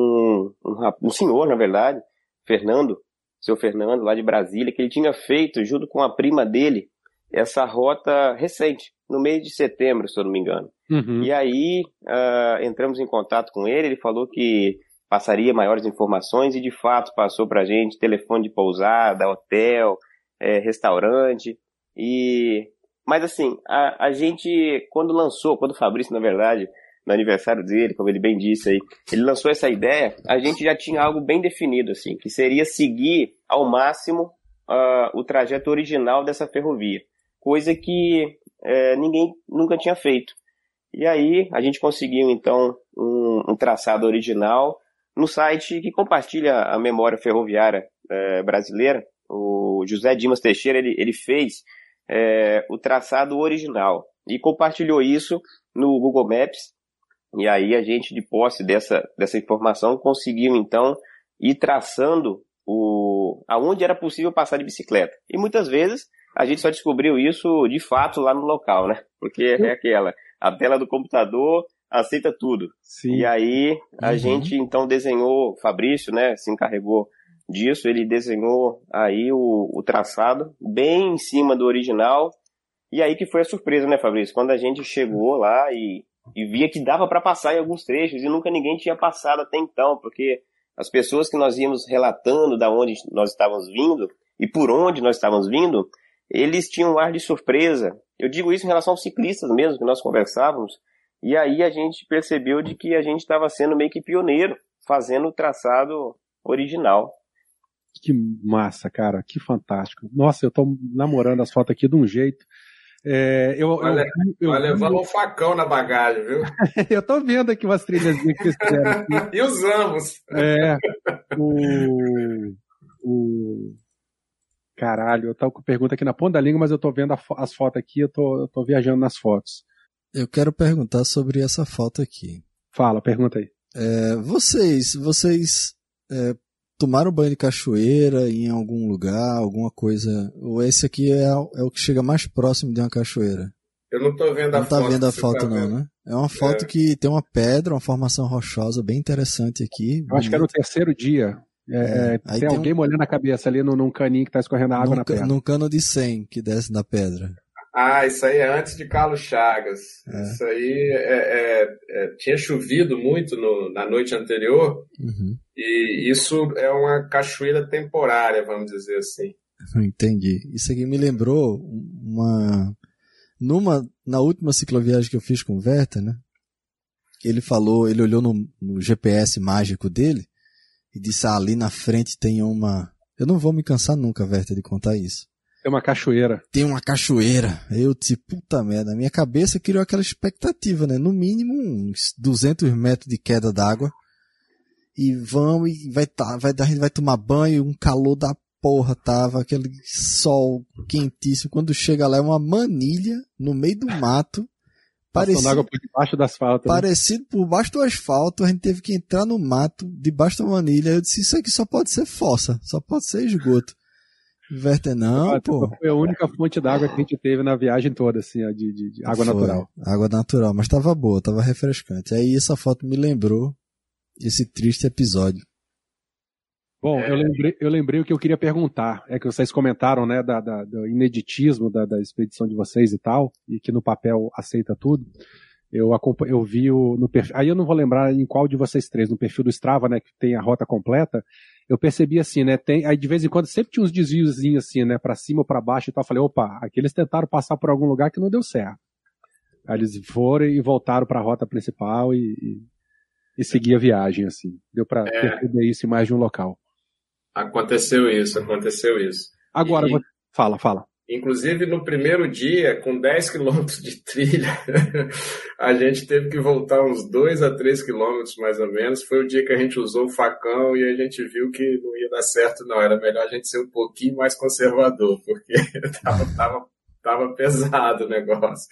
um senhor, na verdade, seu Fernando, lá de Brasília, que ele tinha feito, junto com a prima dele, essa rota recente, no mês de setembro, se eu não me engano. E aí entramos em contato com ele falou que passaria maiores informações e de fato passou pra gente telefone de pousada, hotel, restaurante. Mas assim, a gente, quando o Fabrício, na verdade, no aniversário dele, como ele bem disse aí, ele lançou essa ideia, a gente já tinha algo bem definido, assim, que seria seguir ao máximo o trajeto original dessa ferrovia, coisa que ninguém nunca tinha feito. E aí a gente conseguiu então um traçado original no site que compartilha a memória ferroviária brasileira. O José Dimas Teixeira, ele fez o traçado original e compartilhou isso no Google Maps. E aí a gente, de posse dessa informação, conseguiu então ir traçando aonde era possível passar de bicicleta. E muitas vezes A gente só descobriu isso, de fato, lá no local, né? Porque é aquela, a tela do computador aceita tudo. Sim. E aí, a gente, então, desenhou, Fabrício, né, se encarregou disso, ele desenhou aí o traçado, bem em cima do original, e aí que foi a surpresa, né, Fabrício? Quando a gente chegou lá e via que dava para passar em alguns trechos, e nunca ninguém tinha passado até então, porque as pessoas que nós íamos relatando da onde nós estávamos vindo, e por onde nós estávamos vindo, eles tinham um ar de surpresa. Eu digo isso em relação aos ciclistas mesmo, que nós conversávamos, e aí a gente percebeu de que a gente estava sendo meio que pioneiro, fazendo o traçado original. Que massa, cara, que fantástico. Nossa, eu tô namorando as fotos aqui de um jeito. Vai levar um facão na bagagem, viu? Eu tô vendo aqui umas trilhazinhas que vocês fizeram aqui. E usamos. Caralho, eu tô com pergunta aqui na ponta da língua, mas eu tô vendo as fotos aqui, eu tô viajando nas fotos. Eu quero perguntar sobre essa foto aqui. Fala, pergunta aí. Vocês tomaram banho de cachoeira em algum lugar, alguma coisa? Ou esse aqui é o que chega mais próximo de uma cachoeira? Eu não tô vendo a foto. Não tá vendo a foto não, né? É uma foto que tem uma pedra, uma formação rochosa bem interessante aqui. Eu acho que era o terceiro dia. Tem alguém molhando a cabeça ali num caninho que tá escorrendo água na pedra. Num cano de 100 que desce da pedra. Isso aí é antes de Carlos Chagas. Isso aí tinha chovido muito na noite anterior, e isso é uma cachoeira temporária, vamos dizer assim. Entendi. Isso aqui me lembrou na última cicloviagem que eu fiz com o Werther, né? Ele olhou no GPS mágico dele e disse, ali na frente tem uma... Eu não vou me cansar nunca, Werther, de contar isso. Tem uma cachoeira. Tem uma cachoeira. Eu disse, puta merda. Minha cabeça criou aquela expectativa, né? No mínimo uns 200 metros de queda d'água. E vamos, e a gente vai tomar banho, um calor da porra, tava aquele sol quentíssimo. Quando chega lá é uma manilha no meio do mato. Passando água por debaixo do asfalto. Parecido por baixo do asfalto. A gente teve que entrar no mato, debaixo da manilha. Eu disse, isso aqui só pode ser fossa, só pode ser esgoto. Werther, não, pô. Foi a única fonte d'água que a gente teve na viagem toda, assim, de água natural. Água natural, mas tava boa, tava refrescante. Aí essa foto me lembrou esse triste episódio. Bom, eu lembrei o que eu queria perguntar. É que vocês comentaram, né, do ineditismo da expedição de vocês e tal, e que no papel aceita tudo. Eu vi no perfil, aí eu não vou lembrar em qual de vocês três, no perfil do Strava, né, que tem a rota completa, eu percebi assim, né, aí de vez em quando sempre tinha uns desviozinhos assim, né, pra cima ou pra baixo e tal, eu falei, opa, aqui eles tentaram passar por algum lugar que não deu certo. Aí eles foram e voltaram pra rota principal e seguir a viagem, assim. Deu pra perceber isso em mais de um local. Aconteceu isso. Agora, fala. Inclusive, no primeiro dia, com 10 quilômetros de trilha, a gente teve que voltar uns 2 a 3 quilômetros, mais ou menos. Foi o dia que a gente usou o facão e a gente viu que não ia dar certo, não. Era melhor a gente ser um pouquinho mais conservador, porque tava pesado o negócio.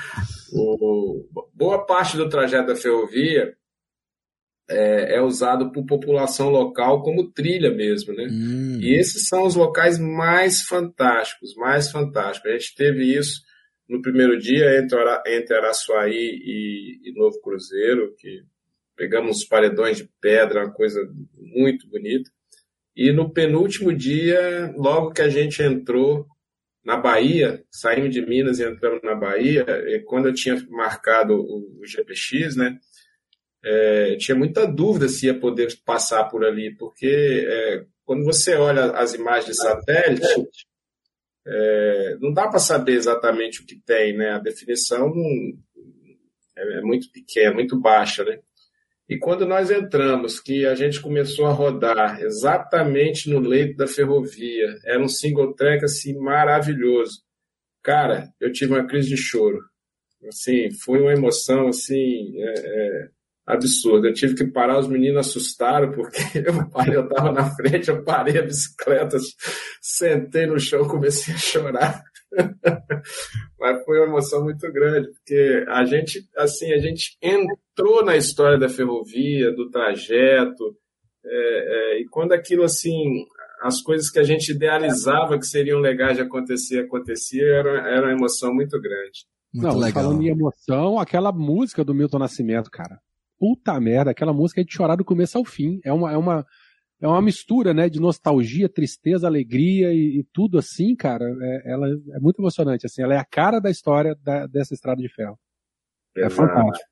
Boa parte do trajeto da ferrovia é usado por população local como trilha mesmo, né? E esses são os locais mais fantásticos. A gente teve isso no primeiro dia entre Araçuaí e Novo Cruzeiro, que pegamos uns paredões de pedra, uma coisa muito bonita. E no penúltimo dia, logo que a gente entrou na Bahia, saímos de Minas e entramos na Bahia, quando eu tinha marcado o GPX, né? Tinha muita dúvida se ia poder passar por ali, porque quando você olha as imagens de satélite, não dá para saber exatamente o que tem, né? A definição é muito pequena, muito baixa, né? E quando nós entramos, que a gente começou a rodar exatamente no leito da ferrovia, era um single track assim, maravilhoso. Cara, eu tive uma crise de choro. Assim, foi uma emoção assim, absurda. Eu tive que parar, os meninos assustaram, porque eu estava na frente, eu parei a bicicleta, sentei no chão, comecei a chorar. Mas foi uma emoção muito grande, porque a gente entrou na história da ferrovia, do trajeto, e quando aquilo assim, as coisas que a gente idealizava que seriam legais de acontecia, era uma emoção muito grande. Muito legal. Falando em emoção, aquela música do Milton Nascimento, cara. Puta merda, aquela música é de chorar do começo ao fim. É uma mistura, né, de nostalgia, tristeza, alegria e tudo assim, cara. Ela é muito emocionante, assim. Ela é a cara da história dessa Estrada de Ferro. Exato. É fantástico.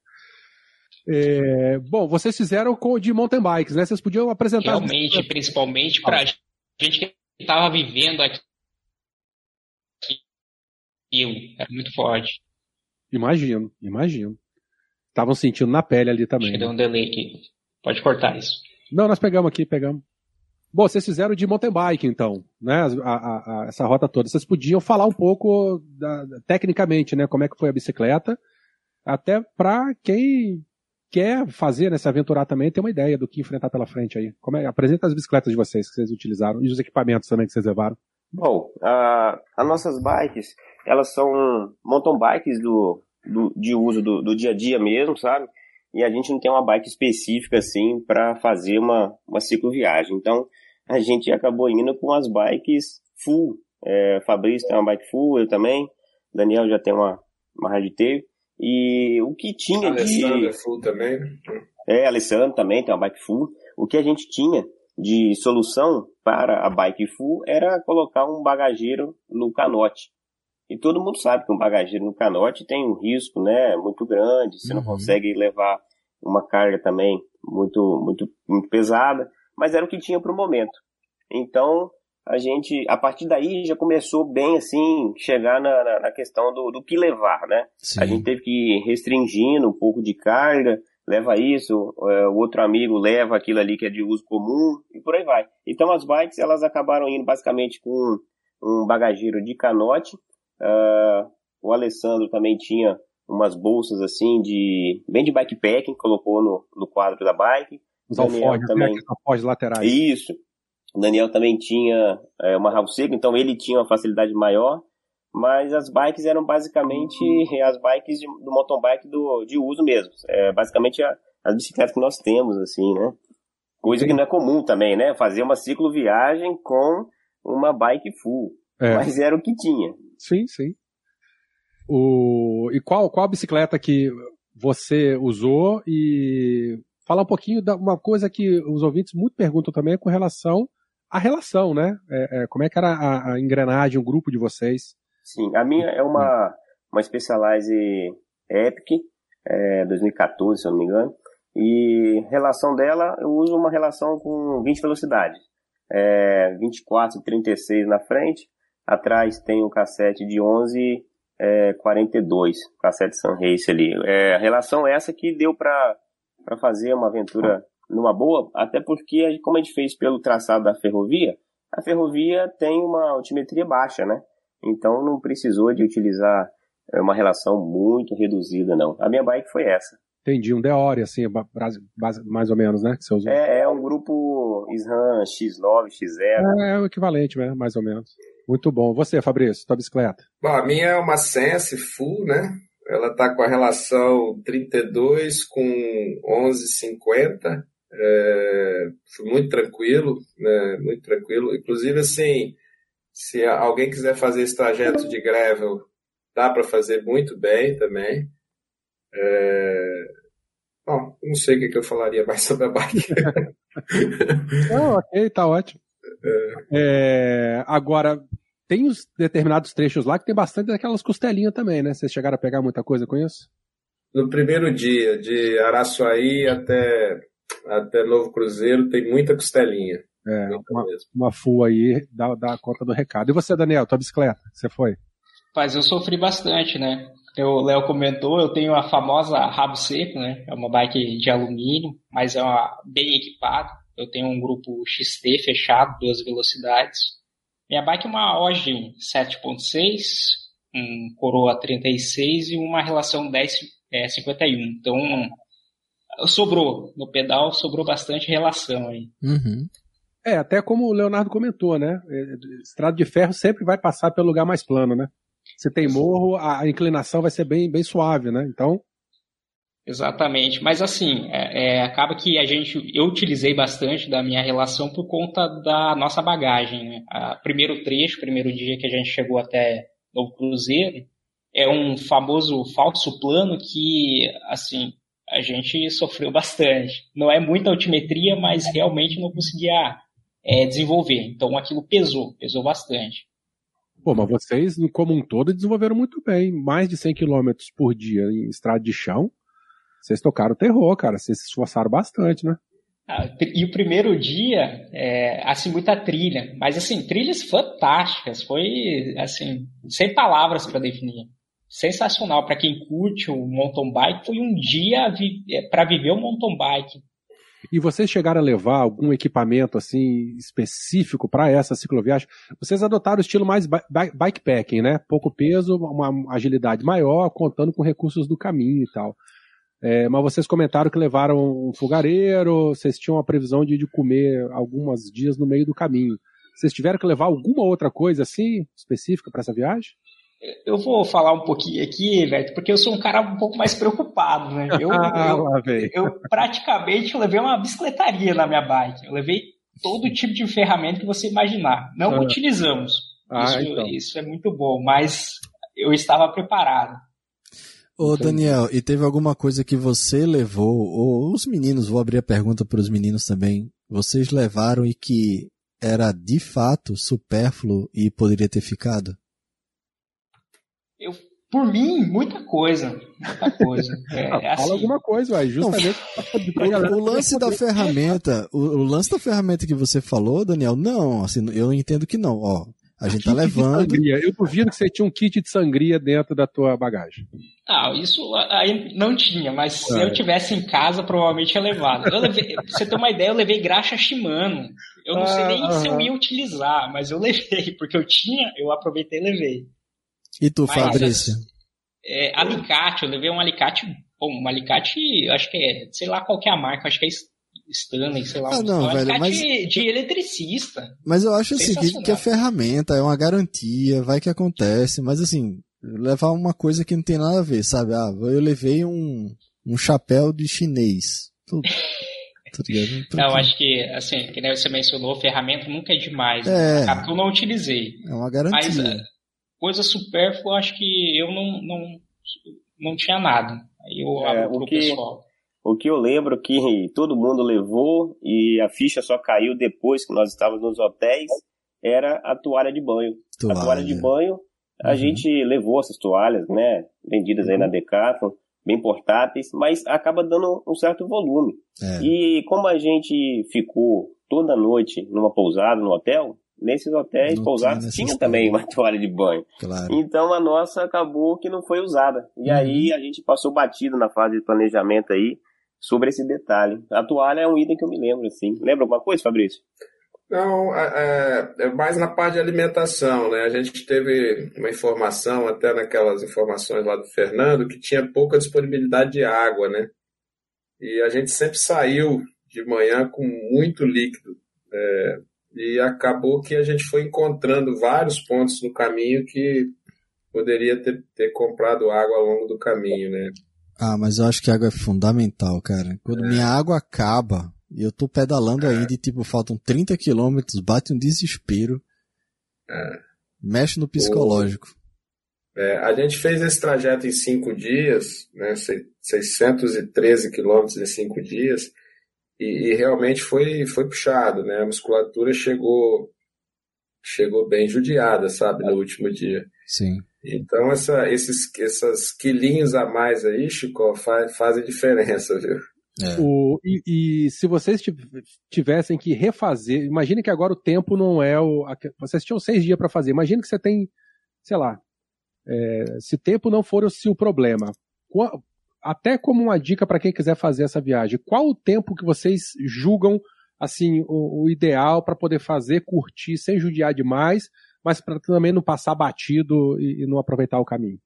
Bom, vocês fizeram de mountain bikes, né? Vocês podiam apresentar... Realmente, principalmente pra gente que estava vivendo aqui. Era muito forte. Imagino. Estavam sentindo na pele ali também. Acho que deu um delay aqui. Pode cortar isso. Não, nós pegamos. Bom, vocês fizeram de mountain bike, então, né? Essa rota toda. Vocês podiam falar um pouco tecnicamente, né? Como é que foi a bicicleta, até para quem quer fazer, né, se aventurar também, ter uma ideia do que enfrentar pela frente aí. Apresenta as bicicletas de vocês que vocês utilizaram e os equipamentos também que vocês levaram. Bom, as nossas bikes, elas são mountain bikes de uso do dia a dia mesmo, sabe? E a gente não tem uma bike específica, assim, para fazer uma cicloviagem. Então, a gente acabou indo com as bikes full. Fabrício tem uma bike full, eu também. Daniel já tem uma hardtail. E o que tinha Alessandro é full também. Alessandro também tem uma bike full. O que a gente tinha de solução para a bike full era colocar um bagageiro no canote. E todo mundo sabe que um bagageiro no canote tem um risco, né, muito grande. Você não consegue levar uma carga também muito pesada. Mas era o que tinha para o momento. Então, a gente, a partir daí, já começou bem, assim, chegar na questão do que levar, né? Sim. A gente teve que ir restringindo um pouco de carga, leva isso, o outro amigo leva aquilo ali que é de uso comum, e por aí vai. Então, as bikes, elas acabaram indo basicamente com um bagageiro de canote. O Alessandro também tinha umas bolsas, assim, bem de bikepacking, colocou no quadro da bike. Os alforjes, também, alforjes laterais. Isso. O Daniel também tinha uma rabo seco, então ele tinha uma facilidade maior, mas as bikes eram basicamente as bikes do mountain bike de uso mesmo. Basicamente as bicicletas que nós temos, assim, né? Coisa que não é comum também, né? Fazer uma cicloviagem com uma bike full. Mas era o que tinha. Sim. E qual a bicicleta que você usou? E falar um pouquinho de uma coisa que os ouvintes muito perguntam também com relação à relação, né? Como é que era a engrenagem, o grupo de vocês? Sim, a minha é uma Specialized Epic, 2014, se eu não me engano. E relação dela, eu uso uma relação com 20 velocidades. 24 e 36 na frente. Atrás tem um cassete de 11 42, cassete Sunrace ali. A relação essa que deu para fazer uma aventura numa boa, até porque, como a gente fez pelo traçado da ferrovia, a ferrovia tem uma altimetria baixa, né? Então não precisou de utilizar uma relação muito reduzida, não. A minha bike foi essa. Entendi, um Deore, assim, mais ou menos, né? Que você usou. É um grupo SRAM X9, X0. É o equivalente, né? Mais ou menos. Muito bom. Você, Fabrício, tua bicicleta? Bom, a minha é uma Sense Full, né? Ela está com a relação 32 com 11,50. Foi muito tranquilo, né? Muito tranquilo. Inclusive, assim, se alguém quiser fazer esse trajeto de gravel, dá para fazer muito bem também. Bom, não sei o que eu falaria mais sobre a bike. Ok, tá ótimo. Agora, tem os determinados trechos lá que tem bastante daquelas costelinhas também, né? Vocês chegaram a pegar muita coisa com isso? No primeiro dia, de Araçuaí até Novo Cruzeiro, tem muita costelinha. Uma full aí dá conta do recado. E você, Daniel, tua bicicleta, você foi? Mas eu sofri bastante, né? O Léo comentou, eu tenho a famosa rabo seco, né? É uma bike de alumínio, mas é bem equipada. Eu tenho um grupo XT fechado, 2 velocidades. Minha bike é uma Ogden 7.6, um Coroa 36 e uma relação 10-51. Então, sobrou. No pedal, sobrou bastante relação aí. Uhum. Até como o Leonardo comentou, né? Estrada de ferro sempre vai passar pelo lugar mais plano, né? Se tem morro, a inclinação vai ser bem, bem suave, né? Então, Exatamente, mas assim, acaba que eu utilizei bastante da minha relação por conta da nossa bagagem, né? Primeiro dia que a gente chegou até Novo Cruzeiro, é um famoso falso plano que, assim, a gente sofreu bastante. Não é muita altimetria, mas realmente não conseguia desenvolver, então aquilo pesou bastante. Pô, mas vocês, como um todo, desenvolveram muito bem, mais de 100 km por dia em estrada de chão. Vocês tocaram terror, cara. Vocês se esforçaram bastante, né? E o primeiro dia, assim, muita trilha. Mas, assim, trilhas fantásticas. Foi, assim, sem palavras para definir. Sensacional. Para quem curte o mountain bike, foi um dia para viver o mountain bike. E vocês chegaram a levar algum equipamento, assim, específico para essa cicloviagem? Vocês adotaram o estilo mais bikepacking, né? Pouco peso, uma agilidade maior, contando com recursos do caminho e tal. Mas vocês comentaram que levaram um fogareiro, vocês tinham a previsão de comer alguns dias no meio do caminho. Vocês tiveram que levar alguma outra coisa assim, específica para essa viagem? Eu vou falar um pouquinho aqui, velho, porque eu sou um cara um pouco mais preocupado, né? Eu praticamente levei uma bicicletaria na minha bike. Eu levei todo tipo de ferramenta que você imaginar. Não utilizamos. Isso é muito bom, mas eu estava preparado. Ô Daniel, e teve alguma coisa que você levou, ou os meninos, vou abrir a pergunta para os meninos também, vocês levaram e que era de fato supérfluo e poderia ter ficado? Por mim, muita coisa. Fala alguma coisa, vai, justamente. O lance da ferramenta, o lance da ferramenta que você falou, Daniel, não, assim, eu entendo que não, ó. A gente tá levando. Eu duvido que você tinha um kit de sangria dentro da tua bagagem. Isso aí não tinha, mas se eu tivesse em casa, provavelmente ia levar. Pra você ter uma ideia, eu levei graxa Shimano. Eu não sei nem se eu ia utilizar, mas eu levei, porque eu aproveitei e levei. E tu, Fabrício? Alicate, eu levei um alicate, acho que sei lá qual que é a marca, acho que é Stanley, sei lá. De eletricista. Mas eu acho assim, que a ferramenta é uma garantia, vai que acontece, mas assim, levar uma coisa que não tem nada a ver, sabe? Eu levei um chapéu de chinês. Não, acho que, assim, que nem você mencionou, ferramenta nunca é demais. Porque eu não utilizei. É uma garantia. Mas coisa supérflua, acho que eu não tinha nada. Aí eu abro pro pessoal. O que eu lembro que todo mundo levou e a ficha só caiu depois que nós estávamos nos hotéis era a toalha de banho. A toalha de banho, a gente levou essas toalhas, né, vendidas aí na Decathlon, bem portáteis, mas acaba dando um certo volume. E como a gente ficou toda noite numa pousada, no hotel, nesses hotéis, pousadas, tinha também uma toalha de banho. Claro. Então a nossa acabou que não foi usada. E aí a gente passou batido na fase de planejamento aí, sobre esse detalhe. A toalha é um item que eu me lembro, assim. Lembra alguma coisa, Fabrício? Não, é mais na parte de alimentação, né? A gente teve uma informação, até naquelas informações lá do Fernando, que tinha pouca disponibilidade de água, né? E a gente sempre saiu de manhã com muito líquido. E acabou que a gente foi encontrando vários pontos no caminho que poderia ter comprado água ao longo do caminho, né? Mas eu acho que a água é fundamental, cara. Quando minha água acaba, e eu tô pedalando ainda e, faltam 30 quilômetros, bate um desespero. Mexe no psicológico. A gente fez esse trajeto em 5 dias, né? 613 quilômetros em 5 dias, e realmente foi puxado, né? A musculatura chegou bem judiada, sabe, no último dia. Sim. Então, essas quilinhos a mais aí, Chico, fazem diferença, viu? E se vocês tivessem que refazer, imagine que agora o tempo não é vocês tinham 6 dias para fazer, imagine que você tem, sei lá, se tempo não for o problema, até como uma dica para quem quiser fazer essa viagem, qual o tempo que vocês julgam assim, o ideal para poder fazer, curtir, sem judiar demais, mas para também não passar batido e não aproveitar o caminho?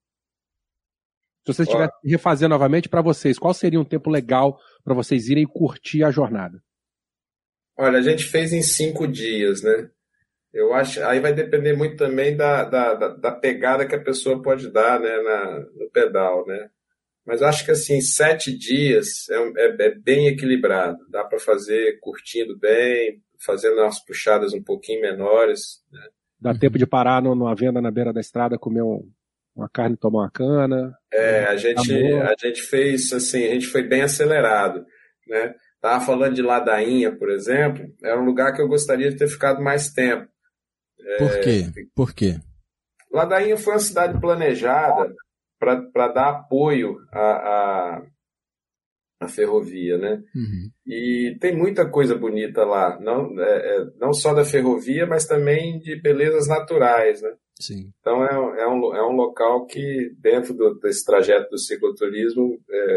Se vocês estiverem refazer novamente, para vocês, qual seria um tempo legal para vocês irem curtir a jornada? Olha, a gente fez em 5 dias, né? Eu acho, aí vai depender muito também da pegada que a pessoa pode dar, né, no pedal, né? Mas acho que assim, 7 dias é bem equilibrado. Dá para fazer curtindo bem, fazendo umas puxadas um pouquinho menores, né? Dá tempo de parar numa venda na beira da estrada, comer uma carne e tomar uma cana. A gente fez assim, a gente foi bem acelerado, né? Tava falando de Ladainha, por exemplo, era um lugar que eu gostaria de ter ficado mais tempo. Por quê? Ladainha foi uma cidade planejada para dar apoio à ferrovia, né? Uhum. E tem muita coisa bonita lá, não só da ferrovia, mas também de belezas naturais, né? Sim. Então é um local que, dentro desse trajeto do cicloturismo,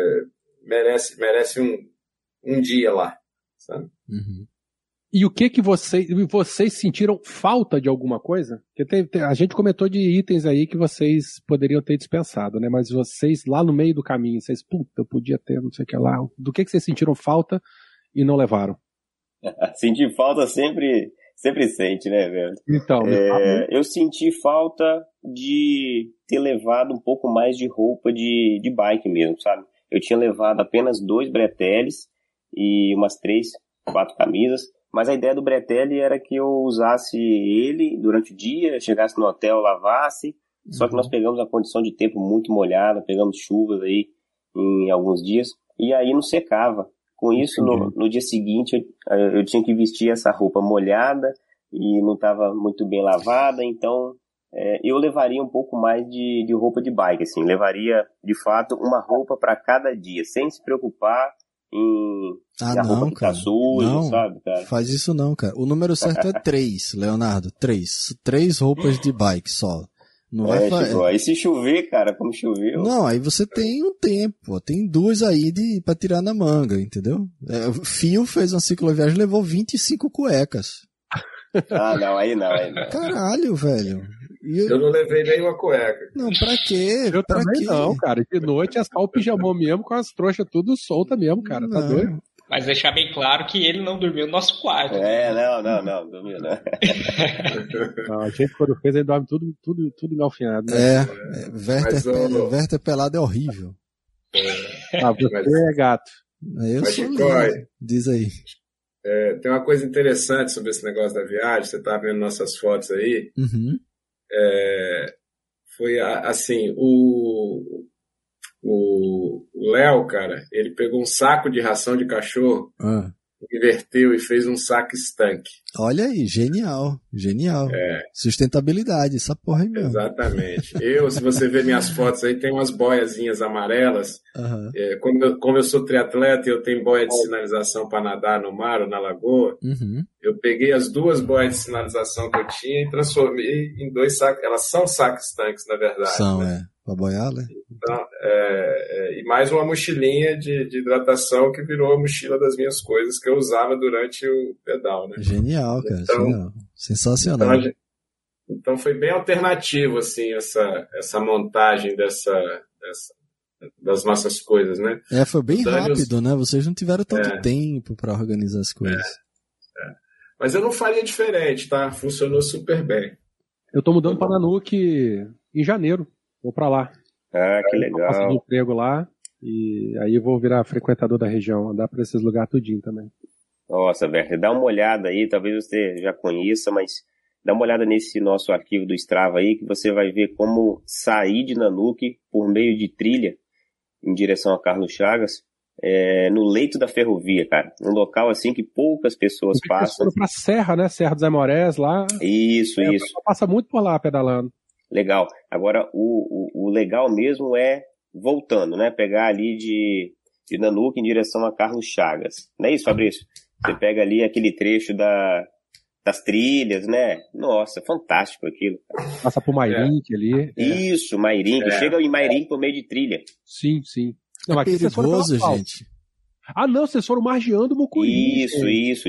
merece um dia lá, sabe? Uhum. E o que vocês sentiram falta de alguma coisa? Porque a gente comentou de itens aí que vocês poderiam ter dispensado, né? Mas vocês, lá no meio do caminho, eu podia ter, não sei o que lá. Do que vocês sentiram falta e não levaram? Sentir falta sempre sente, né, velho? Então, eu senti falta de ter levado um pouco mais de roupa de bike mesmo, sabe? Eu tinha levado apenas 2 breteles e umas 3, 4 camisas. Mas a ideia do bretelle era que eu usasse ele durante o dia, chegasse no hotel, lavasse. Só que nós pegamos a condição de tempo muito molhada, pegamos chuvas aí em alguns dias, e aí não secava. Com isso, no dia seguinte, eu tinha que vestir essa roupa molhada e não estava muito bem lavada, então eu levaria um pouco mais de roupa de bike, assim. Levaria, de fato, uma roupa para cada dia, sem se preocupar em a roupa ficar suja, sabe, cara? Faz isso não, cara. O número certo é 3, Leonardo. 3 roupas de bike só. Não vai tipo, aí se chover, cara, como choveu. Não, aí você tem um tempo. Tem 2 aí pra tirar na manga, entendeu? O Fio fez uma cicloviagem e levou 25 cuecas. Não, aí não. Caralho, velho. Eu não levei nenhuma cueca. Não, pra quê? Eu também não, cara. De noite é só o pijamão mesmo, com as trouxas tudo solta mesmo, cara. Tá doido? Mas deixar bem claro que ele não dormiu no nosso quarto. Não, dormiu não. Não, a gente quando fez, ele dorme tudo engalfinhado, né? Werther pelado é horrível. Você é gato. Eu sou lindo. Diz aí. Tem uma coisa interessante sobre esse negócio da viagem. Você tá vendo nossas fotos aí. Uhum. Foi assim, o Léo, cara, ele pegou um saco de ração de cachorro, inverteu e fez um saco estanque. Olha aí, genial. Sustentabilidade, essa porra aí mesmo. Exatamente. Se você ver minhas fotos aí, tem umas boiazinhas amarelas. Uhum. Como eu sou triatleta e eu tenho boia de sinalização para nadar no mar ou na lagoa, eu peguei as 2 boias de sinalização que eu tinha e transformei em 2 sacos. Elas são sacos estanques, na verdade. São, né? Pra boiar, né? Então, e mais uma mochilinha de hidratação que virou a mochila das minhas coisas que eu usava durante o pedal, né? Genial, cara. Então, sensacional. Então foi bem alternativo, assim, essa montagem das nossas coisas, né? Foi bem rápido, né? Vocês não tiveram tanto tempo para organizar as coisas. Mas eu não faria diferente, tá? Funcionou super bem. Eu tô mudando para Nanuque em janeiro. Vou pra lá. Que legal. Faço um emprego lá e aí eu vou virar frequentador da região, andar pra esses lugares tudinho também. Nossa, Werther, dá uma olhada aí, talvez você já conheça, mas dá uma olhada nesse nosso arquivo do Strava aí, que você vai ver como sair de Nanuque por meio de trilha em direção a Carlos Chagas, no leito da ferrovia, cara. Um local assim que poucas pessoas passam. Pra Serra, né? Serra dos Aimorés lá. Isso. Passa muito por lá pedalando. Legal. Agora, o legal mesmo é voltando, né? Pegar ali de Nanuque em direção a Carlos Chagas. Não é isso, Fabrício? Você pega ali aquele trecho das trilhas, né? Nossa, fantástico aquilo. Passa por Mairink ali. Isso, Mairink. Chega em Mairink por meio de trilha. Sim. Não, é perigoso, gente. Não, vocês foram margeando o Mucuri. Isso.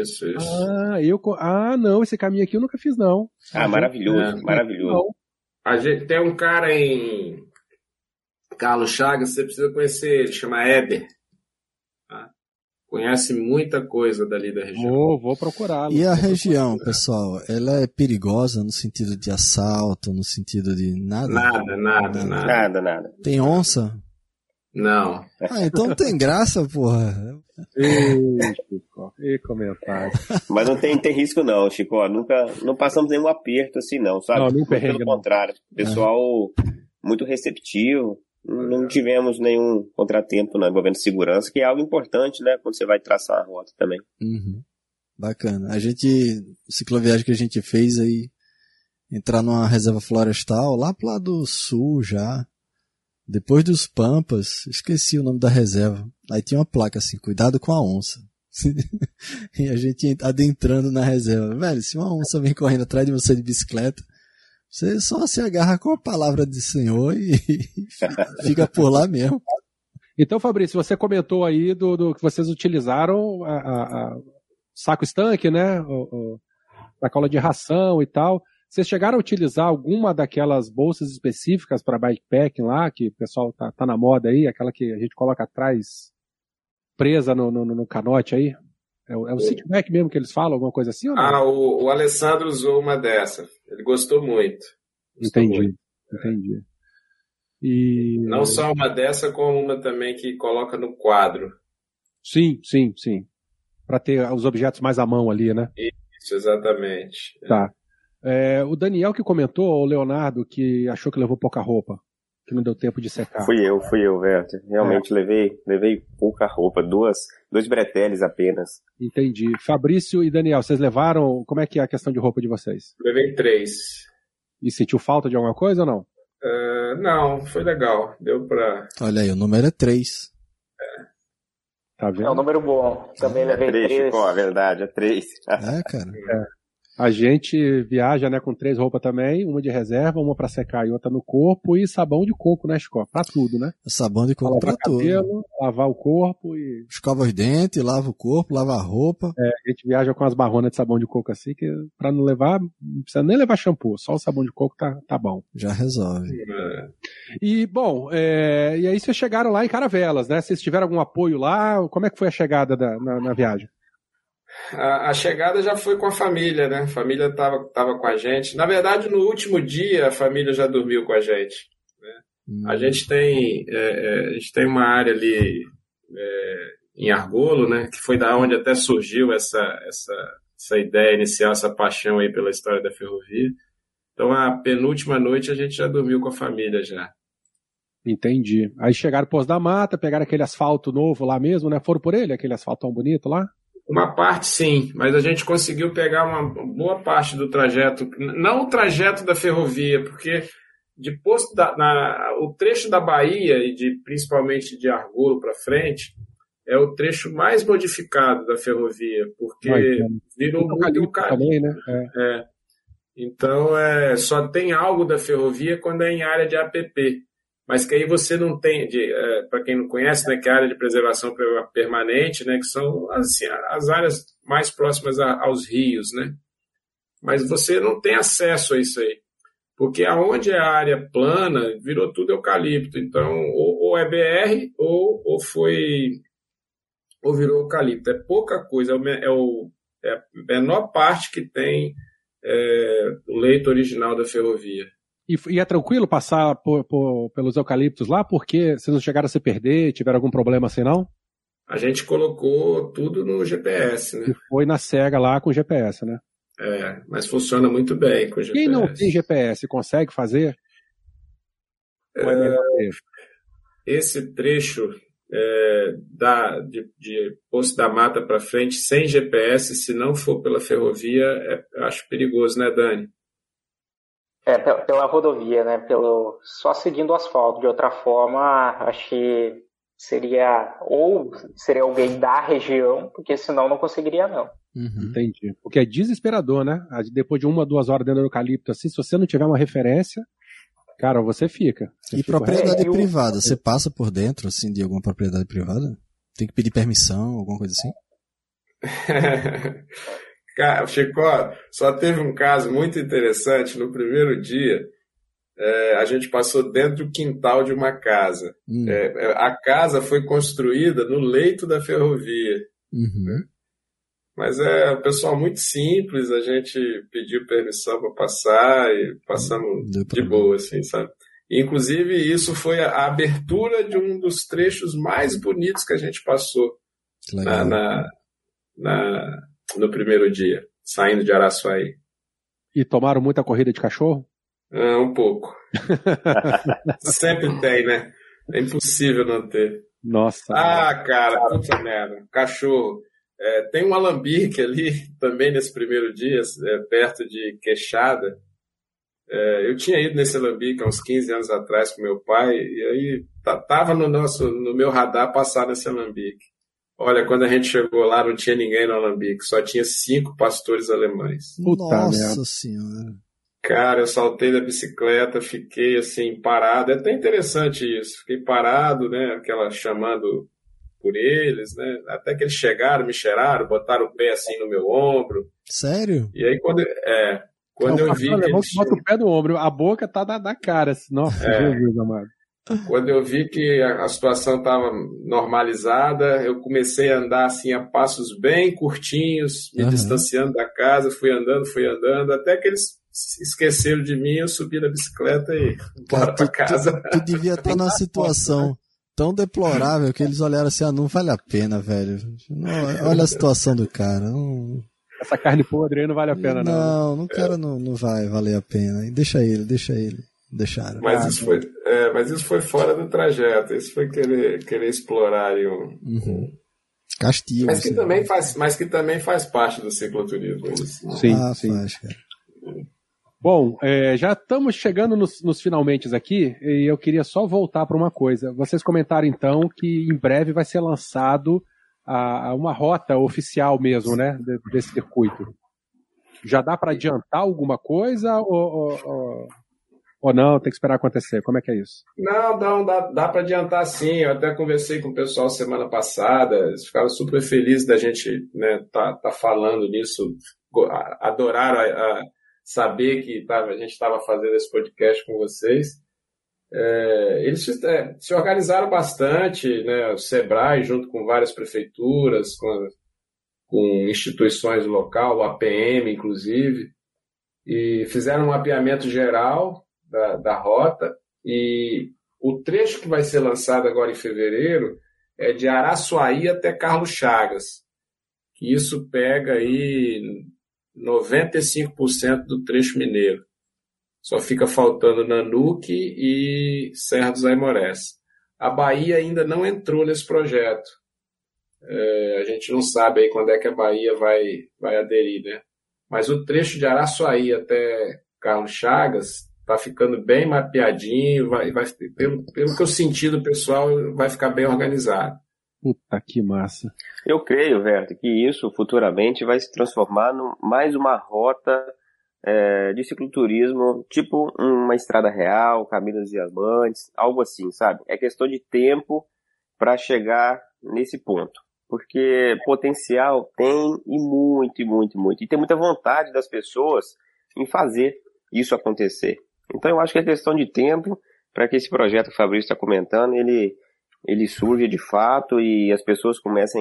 Não, esse caminho aqui eu nunca fiz, não. Maravilhoso. A gente tem um cara em Carlos Chagas, você precisa conhecer ele, chama Éder. Tá? Conhece muita coisa dali da região. Vou procurá-lo. E a região, pessoal, ela é perigosa no sentido de assalto, no sentido de nada? Nada. Tem onça? Não. Então não tem graça, porra. Chico, e comentário. Mas não tem risco não, Chico. Não passamos nenhum aperto assim não, sabe? Não, pelo contrário. Pessoal muito receptivo. Não tivemos nenhum contratempo envolvendo segurança, que é algo importante, né? Quando você vai traçar a rota também. Uhum. Bacana. Cicloviagem que a gente fez aí, entrar numa reserva florestal, lá pro lado do sul já. Depois dos Pampas, esqueci o nome da reserva. Aí tinha uma placa assim, cuidado com a onça. E a gente adentrando na reserva. Velho, se uma onça vem correndo atrás de você de bicicleta, você só se agarra com a palavra do Senhor e fica por lá mesmo. Então, Fabrício, você comentou aí do que vocês utilizaram saco estanque, né? A cola de ração e tal. Vocês chegaram a utilizar alguma daquelas bolsas específicas para bikepacking lá, que o pessoal tá na moda aí, aquela que a gente coloca atrás, presa no canote aí? É o sitback mesmo que eles falam, alguma coisa assim ou não? O Alessandro usou uma dessa. Ele gostou muito. Entendi. E... Não só uma dessa, como uma também que coloca no quadro. Sim. Para ter os objetos mais à mão ali, né? Isso, exatamente. Tá. O Daniel que comentou, o Leonardo, que achou que levou pouca roupa, que não deu tempo de secar. Fui eu, Werther. Realmente levei pouca roupa, dois breteles apenas. Entendi. Fabrício e Daniel, vocês levaram, como é que é a questão de roupa de vocês? Levei 3. E sentiu falta de alguma coisa ou não? Não, foi legal. Deu pra... Olha aí, o número é 3. Tá vendo? É um número bom. Também levei 3. Pô, a verdade, é 3. Cara. A gente viaja, né, com 3 roupas também, uma de reserva, uma pra secar e outra no corpo, e sabão de coco, né, Chico? Pra tudo, né? Sabão de coco pra tudo. Cabelo, lavar o corpo e... Escova os dentes, lava o corpo, lava a roupa. A gente viaja com as barronas de sabão de coco assim, que pra não levar, não precisa nem levar shampoo, só o sabão de coco tá bom. Já resolve. E, bom, e aí vocês chegaram lá em Caravelas, né? Vocês tiveram algum apoio lá? Como é que foi a chegada na viagem? A chegada já foi com a família, né? A família estava com a gente. Na verdade, no último dia, a família já dormiu com a gente. Né? A gente tem uma área ali em Argolo, né? Que foi da onde até surgiu essa ideia inicial, essa paixão aí pela história da ferrovia. Então, a penúltima noite, a gente já dormiu com a família já. Entendi. Aí chegaram Pós da Mata, pegaram aquele asfalto novo lá mesmo, né? Foram por ele, aquele asfalto tão bonito lá? Uma parte sim, mas a gente conseguiu pegar uma boa parte do trajeto, não o trajeto da ferrovia, porque o trecho da Bahia e principalmente de Argolo para frente é o trecho mais modificado da ferrovia, porque virou muito eucalipto também, né? Então só tem algo da ferrovia quando é em área de APP. Mas que aí você não tem, para quem não conhece, né, que é a área de preservação permanente, né, que são assim, as áreas mais próximas aos rios, né? Mas você não tem acesso a isso aí, porque aonde é a área plana, virou tudo eucalipto. Então, ou é BR, ou virou eucalipto. É pouca coisa, é a menor parte que tem o leito original da ferrovia. E é tranquilo passar pelos eucaliptos lá? Porque vocês não chegaram a se perder? Tiveram algum problema assim, não? A gente colocou tudo no GPS, né? E foi na cega lá com GPS, né? Mas funciona muito bem com o GPS. Quem não tem GPS consegue fazer? Esse trecho de Poço da Mata para frente, sem GPS, se não for pela ferrovia, acho perigoso, né, Dani? Pela rodovia, né? Só seguindo o asfalto. De outra forma, acho que seria alguém da região, porque senão não conseguiria, não. Uhum. Entendi. Porque é desesperador, né? Depois de 1 ou 2 horas dentro do eucalipto, assim, se você não tiver uma referência, cara, você fica. Propriedade privada, você passa por dentro, assim, de alguma propriedade privada? Tem que pedir permissão, alguma coisa assim? Cara, Chico, só teve um caso muito interessante. No primeiro dia, a gente passou dentro do quintal de uma casa. A casa foi construída no leito da ferrovia. Uhum. Mas é um pessoal muito simples, a gente pediu permissão para passar e passamos de boa, assim, sabe? Inclusive, isso foi a abertura de um dos trechos mais bonitos que a gente passou no primeiro dia, saindo de Araçuaí. E tomaram muita corrida de cachorro? Um pouco. Sempre tem, né? É impossível não ter. Nossa. Cara, puta merda. Cachorro. Tem um alambique ali, também nesse primeiro dia, perto de Queixada. Eu tinha ido nesse alambique há uns 15 anos atrás com meu pai, e aí tava no meu radar passar nesse alambique. Olha, quando a gente chegou lá, não tinha ninguém no alambique, só tinha 5 pastores alemães. Nossa Senhora. Cara, eu saltei da bicicleta, fiquei assim, parado. É até interessante isso. Fiquei parado, né? Chamando por eles, né? Até que eles chegaram, me cheiraram, botaram o pé assim no meu ombro. Sério? E aí quando eu vi que eles... Bota o pé no ombro, a boca tá na cara. Assim. Nossa, Jesus amado. Quando eu vi que a situação estava normalizada, eu comecei a andar assim a passos bem curtinhos, me distanciando da casa, fui andando, até que eles esqueceram de mim, eu subi na bicicleta e bora pra casa. Tu devia estar numa situação tão deplorável que eles olharam assim, não vale a pena, velho. Olha a situação do cara. Essa carne podre aí não vale a pena, não. Não quero, não vai valer a pena. Deixa ele. Deixaram. Mas isso foi fora do trajeto. Isso foi querer explorar aí castigo. Mas que também faz parte do cicloturismo. Isso. Sim. Faz, cara. Bom, já estamos chegando nos finalmente aqui, e eu queria só voltar para uma coisa. Vocês comentaram então que em breve vai ser lançado uma rota oficial mesmo, né, desse circuito. Já dá para adiantar alguma coisa ou não? Tem que esperar acontecer? Como é que é isso? Não, dá para adiantar sim. Eu até conversei com o pessoal semana passada, eles ficaram super felizes da gente, né, tá falando nisso, adoraram saber que a gente estava fazendo esse podcast com vocês. Eles se organizaram bastante, né, o Sebrae, junto com várias prefeituras, com instituições local, o APM, inclusive, e fizeram um mapeamento geral da rota, e o trecho que vai ser lançado agora em fevereiro é de Araçuaí até Carlos Chagas, que isso pega aí 95% do trecho mineiro. Só fica faltando Nanuque e Serra dos Aimorés. A Bahia ainda não entrou nesse projeto. A gente não sabe aí quando é que a Bahia vai aderir, né? Mas o trecho de Araçuaí até Carlos Chagas está ficando bem mapeadinho, pelo que eu senti do pessoal, vai ficar bem organizado. Puta que massa. Eu creio, Verto, que isso futuramente vai se transformar mais uma rota de cicloturismo, tipo uma estrada real, Caminho dos Diamantes, algo assim, sabe? É questão de tempo para chegar nesse ponto. Porque potencial tem e muito, e muito, muito. E tem muita vontade das pessoas em fazer isso acontecer. Então eu acho que é questão de tempo para que esse projeto que o Fabrício está comentando, ele surja de fato e as pessoas comecem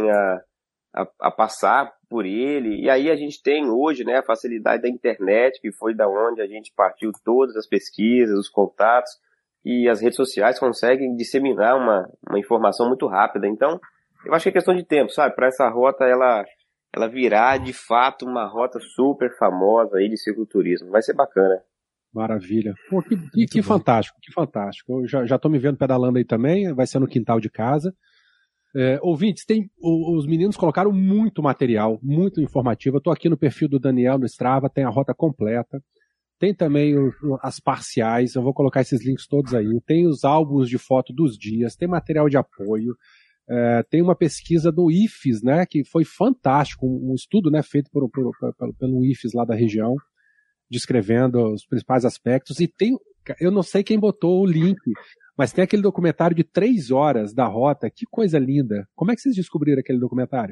a passar por ele. E aí a gente tem hoje, né, a facilidade da internet, que foi da onde a gente partiu todas as pesquisas, os contatos, e as redes sociais conseguem disseminar uma informação muito rápida. Então, eu acho que é questão de tempo, sabe? Para essa rota ela virar de fato uma rota super famosa aí de cicloturismo. Vai ser bacana. Maravilha. Pô, que fantástico, que fantástico. Eu já estou me vendo pedalando aí também, vai ser no quintal de casa. Ouvintes, os meninos colocaram muito material, muito informativo. Eu estou aqui no perfil do Daniel no Strava, tem a rota completa. Tem também as parciais, eu vou colocar esses links todos aí. Tem os álbuns de foto dos dias, tem material de apoio. Tem uma pesquisa do IFES, né, que foi fantástico, um estudo, né, feito pelo IFES lá da região, descrevendo os principais aspectos, e eu não sei quem botou o link, mas tem aquele documentário de 3 horas da rota, que coisa linda. Como é que vocês descobriram aquele documentário?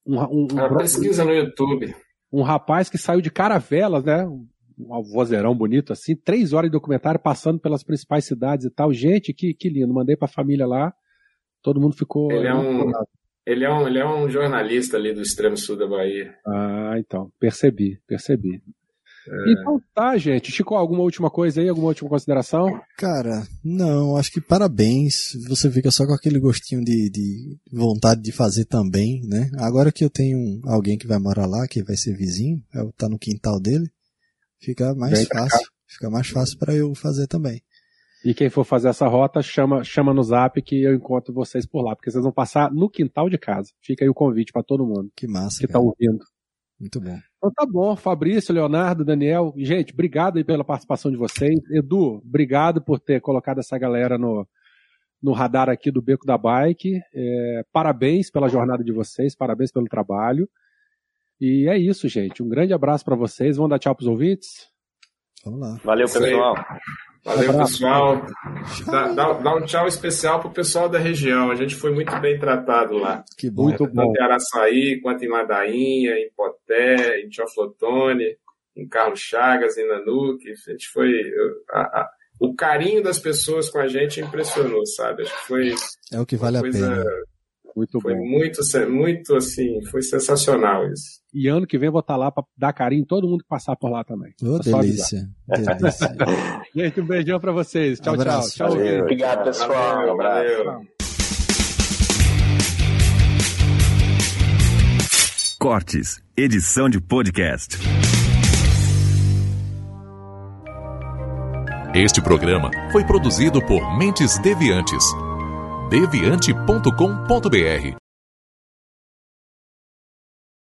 Pesquisa no YouTube. Um rapaz que saiu de Caravelas, né, um vozeirão bonito assim, 3 horas de documentário passando pelas principais cidades e tal. Gente, que lindo, mandei pra família lá, todo mundo ficou... Ele é um jornalista ali do extremo sul da Bahia. Então, percebi. Então tá, gente. Chico, alguma última coisa aí? Alguma última consideração? Cara, não, acho que parabéns. Você fica só com aquele gostinho de vontade de fazer também, né? Agora que eu tenho alguém que vai morar lá, que vai ser vizinho, tá no quintal dele, fica mais fácil. Fica mais fácil para eu fazer também. E quem for fazer essa rota, chama no zap que eu encontro vocês por lá, porque vocês vão passar no quintal de casa. Fica aí o convite para todo mundo. Que massa, que tá ouvindo. Muito bom. Então tá bom, Fabrício, Leonardo, Daniel. Gente, obrigado aí pela participação de vocês. Edu, obrigado por ter colocado essa galera no radar aqui do Beco da Bike. Parabéns pela jornada de vocês, parabéns pelo trabalho. E é isso, gente. Um grande abraço para vocês. Vamos dar tchau pros ouvintes? Vamos lá. Valeu, pessoal. Valeu, pessoal. Dá um tchau especial pro pessoal da região. A gente foi muito bem tratado lá. Que bom. Muito bom. Tanto em Araçaí, quanto em Ladainha, em Poté, em Teoflotone, em Carlos Chagas, em Nanuque. A gente foi... o carinho das pessoas com a gente impressionou, sabe? Acho que foi... É o que vale a pena. Muito foi bom. Muito assim, foi sensacional isso. E ano que vem eu vou estar lá para dar carinho em todo mundo que passar por lá também. Delícia. Gente, um beijão para vocês. Tchau, abraço. Tchau. Obrigado, pessoal. Um abraço. Valeu. Cortes, edição de podcast. Este programa foi produzido por Mentes Deviantes. deviante.com.br